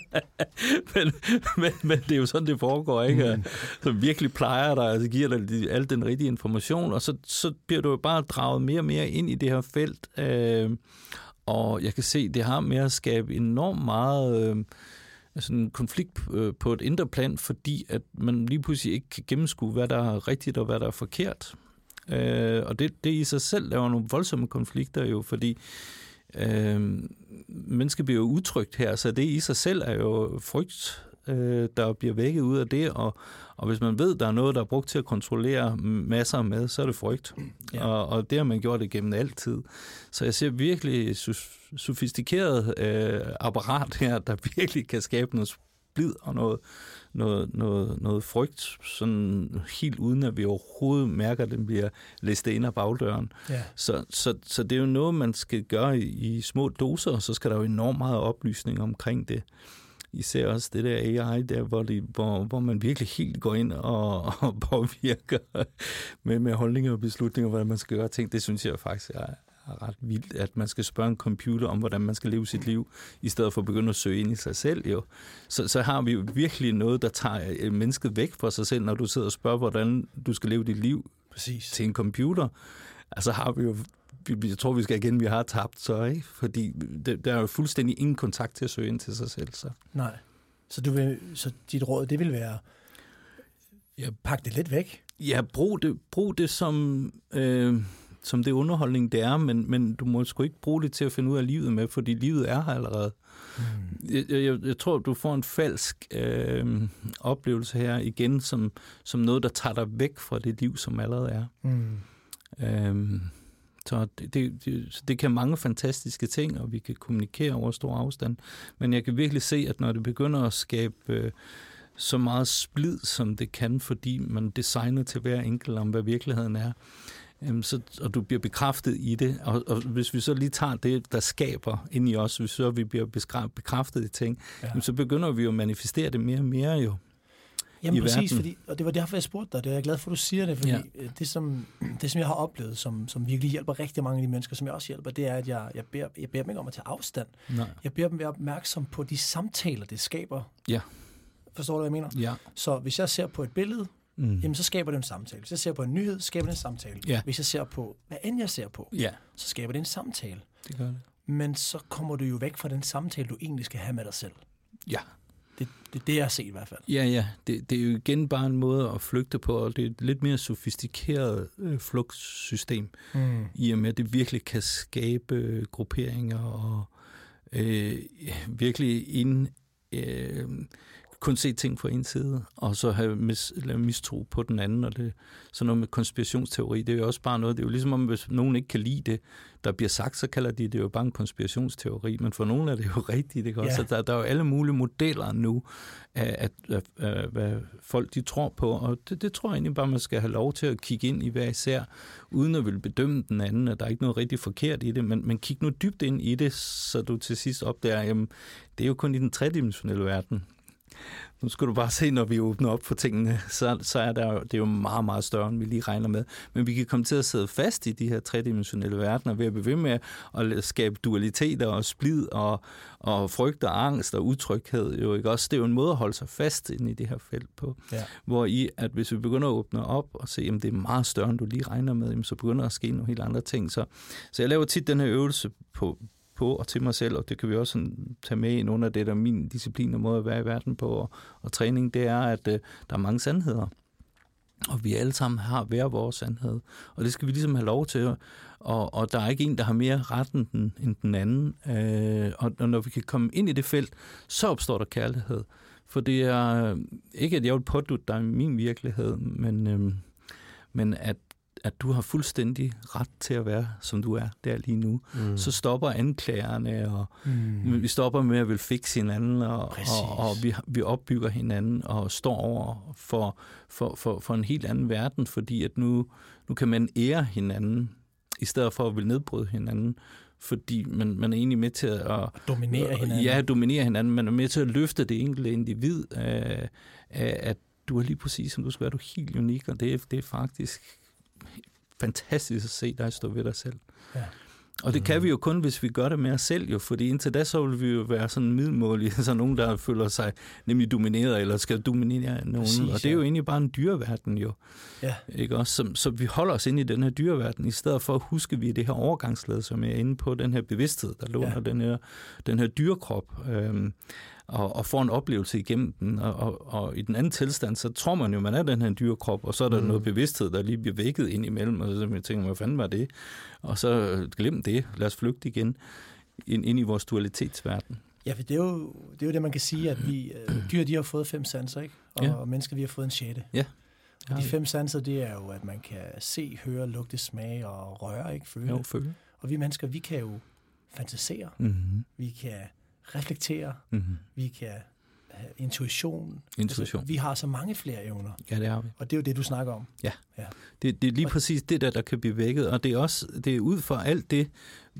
men det er jo sådan, det foregår, ikke? Som virkelig plejer dig, altså giver dig al den rigtige information, og så bliver du jo bare draget mere og mere ind i det her felt. Og jeg kan se, det har med at skabe enormt meget sådan en konflikt på et indre plan, fordi at man lige pludselig ikke kan gennemskue, hvad der er rigtigt og hvad der er forkert. Og det i sig selv laver nogle voldsomme konflikter jo, fordi mennesker bliver jo utrygt her, så det i sig selv er jo frygt, der bliver vækket ud af det, og hvis man ved, der er noget, der er brugt til at kontrollere masser med, så er det frygt. Ja. Og det har man gjort igennem altid. Så jeg ser virkelig sofistikeret apparat her, der virkelig kan skabe noget splid og noget frygt, sådan helt uden at vi overhovedet mærker, at den bliver læstet ind ad bagdøren. Ja. Så det er jo noget, man skal gøre i små doser, og så skal der jo enormt meget oplysning omkring det. Især også det der AI, der, hvor man virkelig helt går ind og påvirker med holdninger og beslutninger, hvordan man skal gøre ting. Det synes jeg faktisk er ret vildt, at man skal spørge en computer om, hvordan man skal leve sit liv, i stedet for at begynde at søge ind i sig selv. Jo. Så har vi jo virkelig noget, der tager mennesket væk fra sig selv, når du sidder og spørger, hvordan du skal leve dit liv til en computer. Altså har vi jo, jeg tror, vi har tabt så, ikke? Fordi der er jo fuldstændig ingen kontakt til at søge ind til sig selv. Så. Nej. Så dit råd, det vil være, pak det lidt væk? Ja, brug det som det underholdning, det er, men du må sgu ikke bruge det til at finde ud af livet med, fordi livet er her allerede. Jeg tror, du får en falsk oplevelse her igen, som noget, der tager dig væk fra det liv, som allerede er. Så det kan mange fantastiske ting, og vi kan kommunikere over stor afstand. Men jeg kan virkelig se, at når det begynder at skabe så meget splid, som det kan, fordi man designer til hver enkelt om, hvad virkeligheden er, og du bliver bekræftet i det, og hvis vi så lige tager det, der skaber ind i os, hvis så vi bliver bekræftet i ting, så begynder vi jo at manifestere det mere og mere jo. Jamen i præcis, verden. og det var derfor, jeg spurgte dig. Det er jeg glad for, at du siger det, fordi det, som jeg har oplevet, som virkelig hjælper rigtig mange af de mennesker, som jeg også hjælper, det er, at jeg beder dem ikke om at tage afstand. Nej. Jeg beder dem være opmærksom på de samtaler, det skaber. Ja. Forstår du, hvad jeg mener? Ja. Så hvis jeg ser på et billede, jamen, så skaber det en samtale. Hvis jeg ser på en nyhed, så skaber det en samtale. Ja. Hvis jeg ser på, hvad end jeg ser på, så skaber det en samtale. Det gør det. Men så kommer du jo væk fra den samtale, du egentlig skal have med dig selv. Ja. Det er det, jeg har set i hvert fald. Ja. Det er jo igen bare en måde at flygte på, og det er et lidt mere sofistikeret flugtsystem, i og med, at det virkelig kan skabe grupperinger og virkelig kun se ting fra en side, og så have mistro på den anden, og det sådan noget med konspirationsteori, det er jo også bare noget, det er jo ligesom om, hvis nogen ikke kan lide det, der bliver sagt, så kalder de det jo bare en konspirationsteori, men for nogen er det jo rigtigt, ikke også? Så der er jo alle mulige modeller nu, af hvad folk de tror på, og det tror jeg egentlig bare, man skal have lov til at kigge ind i hver især, uden at ville bedømme den anden, at der er ikke noget rigtig forkert i det, men kig nu dybt ind i det, så du til sidst opdager, jamen, det er jo kun i den tredimensionelle verden. Nu skal du bare se, når vi åbner op for tingene, så er det er jo meget, meget større, end vi lige regner med. Men vi kan komme til at sidde fast i de her tredimensionelle verdener ved at blive ved med at skabe dualiteter og splid og frygt og angst og utryghed. Jo, ikke? Også, det er jo en måde at holde sig fast inde i det her felt på. Ja. Hvor at hvis vi begynder at åbne op og se, at det er meget større, end du lige regner med, så begynder der at ske nogle helt andre ting. Så jeg laver tit den her øvelse på og til mig selv, og det kan vi også sådan tage med i nogle af det, der min disciplin og måde at være i verden på, og træning, det er, at der er mange sandheder. Og vi alle sammen har hver vores sandhed. Og det skal vi ligesom have lov til. Og der er ikke en, der har mere ret end den anden. Og når vi kan komme ind i det felt, så opstår der kærlighed. For det er ikke, at jeg vil pådutte dig i min virkelighed, men at du har fuldstændig ret til at være, som du er der lige nu. Så stopper anklagerne, og vi stopper med at vil fikse hinanden, og vi opbygger hinanden, og står over for en helt anden verden, fordi at nu kan man ære hinanden, i stedet for at vil nedbryde hinanden, fordi man er egentlig med til at dominere hinanden. Ja, dominere hinanden. Man er med til at løfte det enkelte individ, at du er lige præcis, som du skal være. Du er helt unik, og det er faktisk fantastisk at se dig stå ved dig selv. Ja. Og det kan vi jo kun, hvis vi gør det med os selv, jo, fordi indtil da, så vil vi jo være sådan middelmålige, så nogen, der føler sig nemlig domineret, eller skal dominere nogen. Præcis, og det er jo egentlig bare en dyreverden, jo. Ja. Ikke også? Så vi holder os inde i den her dyreverden, i stedet for at huske, vi det her overgangsled, som er inde på den her bevidsthed, der låner den her dyrekrop, og får en oplevelse igennem den. Og i den anden tilstand, så tror man jo, man er den her dyrekrop, og så er der noget bevidsthed, der lige bliver vækket ind imellem, og så tænker man, hvad fanden var det? Og så glem det, lad os flygte igen ind i vores dualitetsverden. Ja, for det er jo det, man kan sige, at vi dyr, de har fået 5 sanser, ikke? Og mennesker, vi har fået en 6. Ja. Og de 5 sanser, det er jo, at man kan se, høre, lugte, smage og røre, ikke? Føle. Jo, føle. Og vi mennesker, vi kan jo fantasere. Vi kan reflektere. Vi kan have intuition. Altså, vi har så mange flere evner. Ja, det har vi. Og det er jo det, du snakker om. Ja. Det er lige præcis det der kan blive vækket. Og det er ud fra alt det,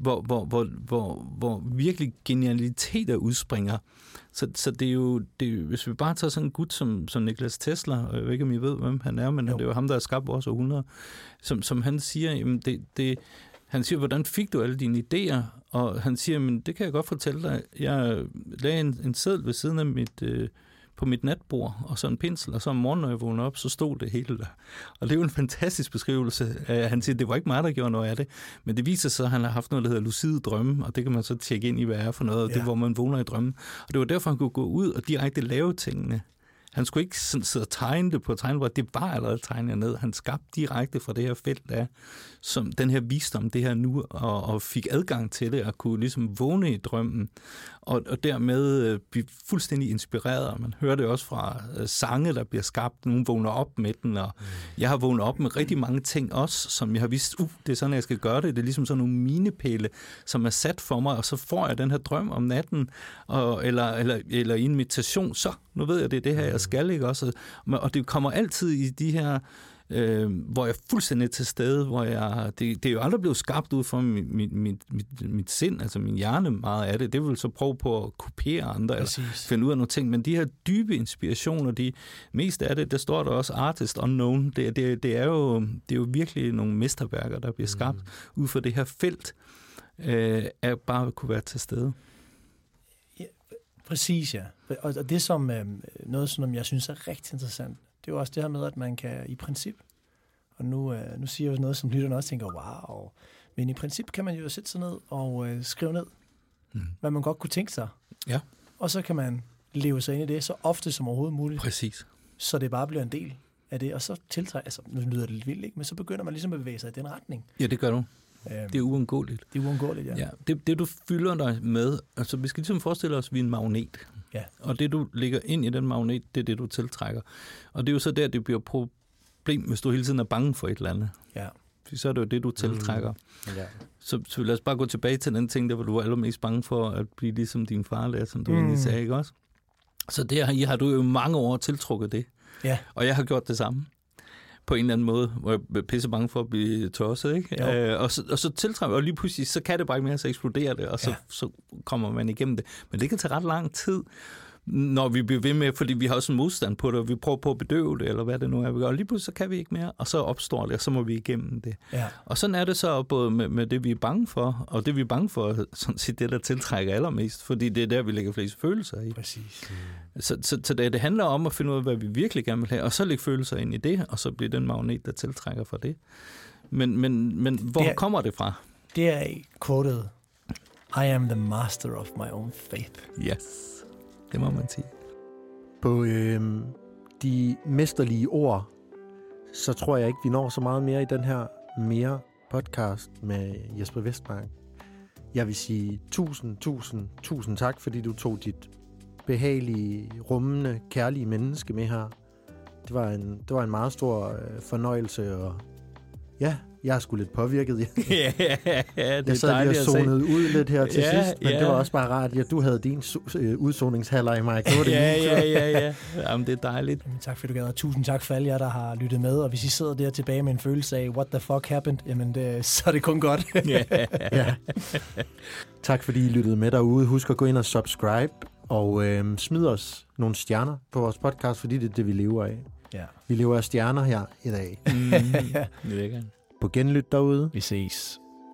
hvor virkelig genialiteter udspringer. Så det er jo, hvis vi bare tager sådan en gut som Niklas Tesla, og jeg ved ikke, om I ved, hvem han er, men det er jo ham, der har skabt vores århundrede, som han siger, jamen han siger, hvordan fik du alle dine idéer? Og han siger, men det kan jeg godt fortælle dig. Jeg lagde en seddel ved siden af på mit natbord, og så en pensel, og så om morgenen, når jeg vågnede op, så stod det hele der. Og det er jo en fantastisk beskrivelse. Han siger, det var ikke mig, der gjorde noget af det, men det viser sig, at han har haft noget, der hedder lucide drømme, og det kan man så tjekke ind i, hvad er for noget, det hvor man vågner i drømmen. Og det var derfor, han kunne gå ud og direkte lave tingene. Han skulle ikke sådan sidde og tegne det på tegnebræt, det var allerede tegnet ned. Han skabte direkte fra det her felt af, som den her visdom, det her nu, og fik adgang til det, og kunne ligesom vågne i drømmen, og dermed blive fuldstændig inspireret. Man hører det også fra sange, der bliver skabt. Nogen vågner op med den, og jeg har vågnet op med rigtig mange ting også, som jeg har vidst, det er sådan, jeg skal gøre det. Det er ligesom sådan nogle minepæle, som er sat for mig, og så får jeg den her drøm om natten, eller i en meditation, så nu ved jeg, det er det her, jeg skal, ikke også? Og det kommer altid i de her hvor jeg er fuldstændig til stede, hvor det er jo aldrig blevet skabt ud fra mit sind, altså min hjerne meget af det. Det vil så prøve på at kopiere andre, eller finde ud af nogle ting, men de her dybe inspirationer, mest af det, der står der også artist unknown. Det er jo virkelig nogle mesterværker, der bliver skabt ud fra det her felt, at bare kunne være til stede. Ja, præcis, ja. Og det som noget, som jeg synes er rigtig interessant, det er jo også det her med, at man kan i princip, og nu siger jeg noget, som lytterne også tænker, wow, men i princip kan man jo sætte sig ned og skrive ned, hvad man godt kunne tænke sig. Ja. Og så kan man leve sig ind i det så ofte som overhovedet muligt. Præcis. Så det bare bliver en del af det, og så tiltrækker, altså nu lyder det lidt vildt, ikke? Men så begynder man ligesom at bevæge sig i den retning. Ja, det gør du. Det er uundgåeligt. Det er uundgåeligt, ja. Det du fylder dig med, altså vi skal ligesom forestille os, at vi er en magnet. Ja. Og det du lægger ind i den magnet, det er det du tiltrækker. Og det er jo så der, det bliver problem, hvis du hele tiden er bange for et eller andet. Ja. Så er det jo det, du tiltrækker. Ja. Så lad os bare gå tilbage til den ting, der hvor du var allermest bange for at blive ligesom din far, der, som du egentlig sagde, ikke også? Så der har du jo mange år tiltrukket det. Ja. Og jeg har gjort det samme. På en eller anden måde, hvor jeg er pisse bange for at blive tosset, ikke? Og så tiltrækker, og lige pludselig, så kan det bare ikke mere, så eksploderer det, og så kommer man igennem det. Men det kan tage ret lang tid, når vi bliver ved med, fordi vi har også en modstand på det, og vi prøver på at bedøve det, eller hvad det nu er, vi gør. Og lige pludselig, så kan vi ikke mere, og så opstår det, og så må vi igennem det. Ja. Og sådan er det så både med det, vi er bange for, og det, vi er bange for, sådan set det, der tiltrækker allermest, fordi det er der, vi lægger flest følelser i. Præcis. Så det handler om at finde ud af, hvad vi virkelig gerne vil have, og så lægge følelser ind i det, og så bliver den magnet, der tiltrækker fra det. Men hvor kommer det fra? Det er quoted, I am the master of my own faith. Yes. Det må man sige. På de mesterlige ord, så tror jeg ikke, vi når så meget mere i den her mere podcast med Jesper Vestmark. Jeg vil sige tusind tak, fordi du tog dit behagelige, rummende, kærlige menneske med her. Det var en meget stor fornøjelse, og ja, jeg er sgu lidt påvirket. Ja, det er jeg sad lige og zonede ud lidt her til sidst, men det var også bare rart. Ja, du havde din udzoningshaller i mig. Ja. Jamen, det er dejligt. Jamen, tak fordi du gad, og tusind tak for alle jer, der har lyttet med. Og hvis I sidder der tilbage med en følelse af, what the fuck happened, jamen så er det kun godt. Ja. Tak fordi I lyttede med derude. Husk at gå ind og subscribe, og smid os nogle stjerner på vores podcast, fordi det er det, vi lever af. Ja. Vi lever af stjerner her i dag. Det er på genlyt derude. Vi ses.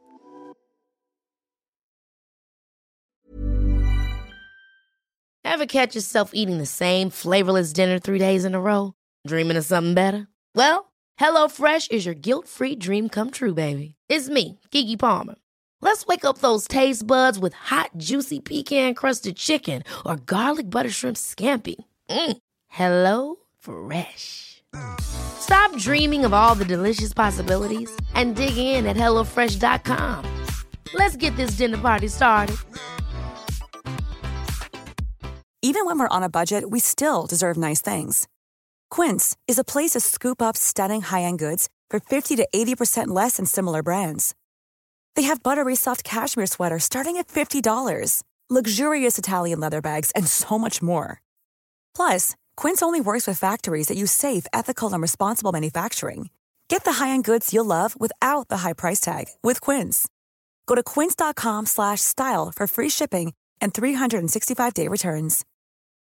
Ever catch yourself eating the same flavorless dinner 3 days in a row? Dreaming of something better? Well, HelloFresh is your guilt-free dream come true, baby. It's me, Keke Palmer. Let's wake up those taste buds with hot, juicy pecan-crusted chicken or garlic butter shrimp scampi. Hello Fresh. Stop dreaming of all the delicious possibilities and dig in at HelloFresh.com. Let's get this dinner party started. Even when we're on a budget, we still deserve nice things. Quince is a place to scoop up stunning high-end goods for 50 to 80% less than similar brands. They have buttery soft cashmere sweaters starting at $50, luxurious Italian leather bags, and so much more. Plus, Quince only works with factories that use safe, ethical, and responsible manufacturing. Get the high-end goods you'll love without the high price tag with Quince. Go to quince.com/style for free shipping and 365-day returns.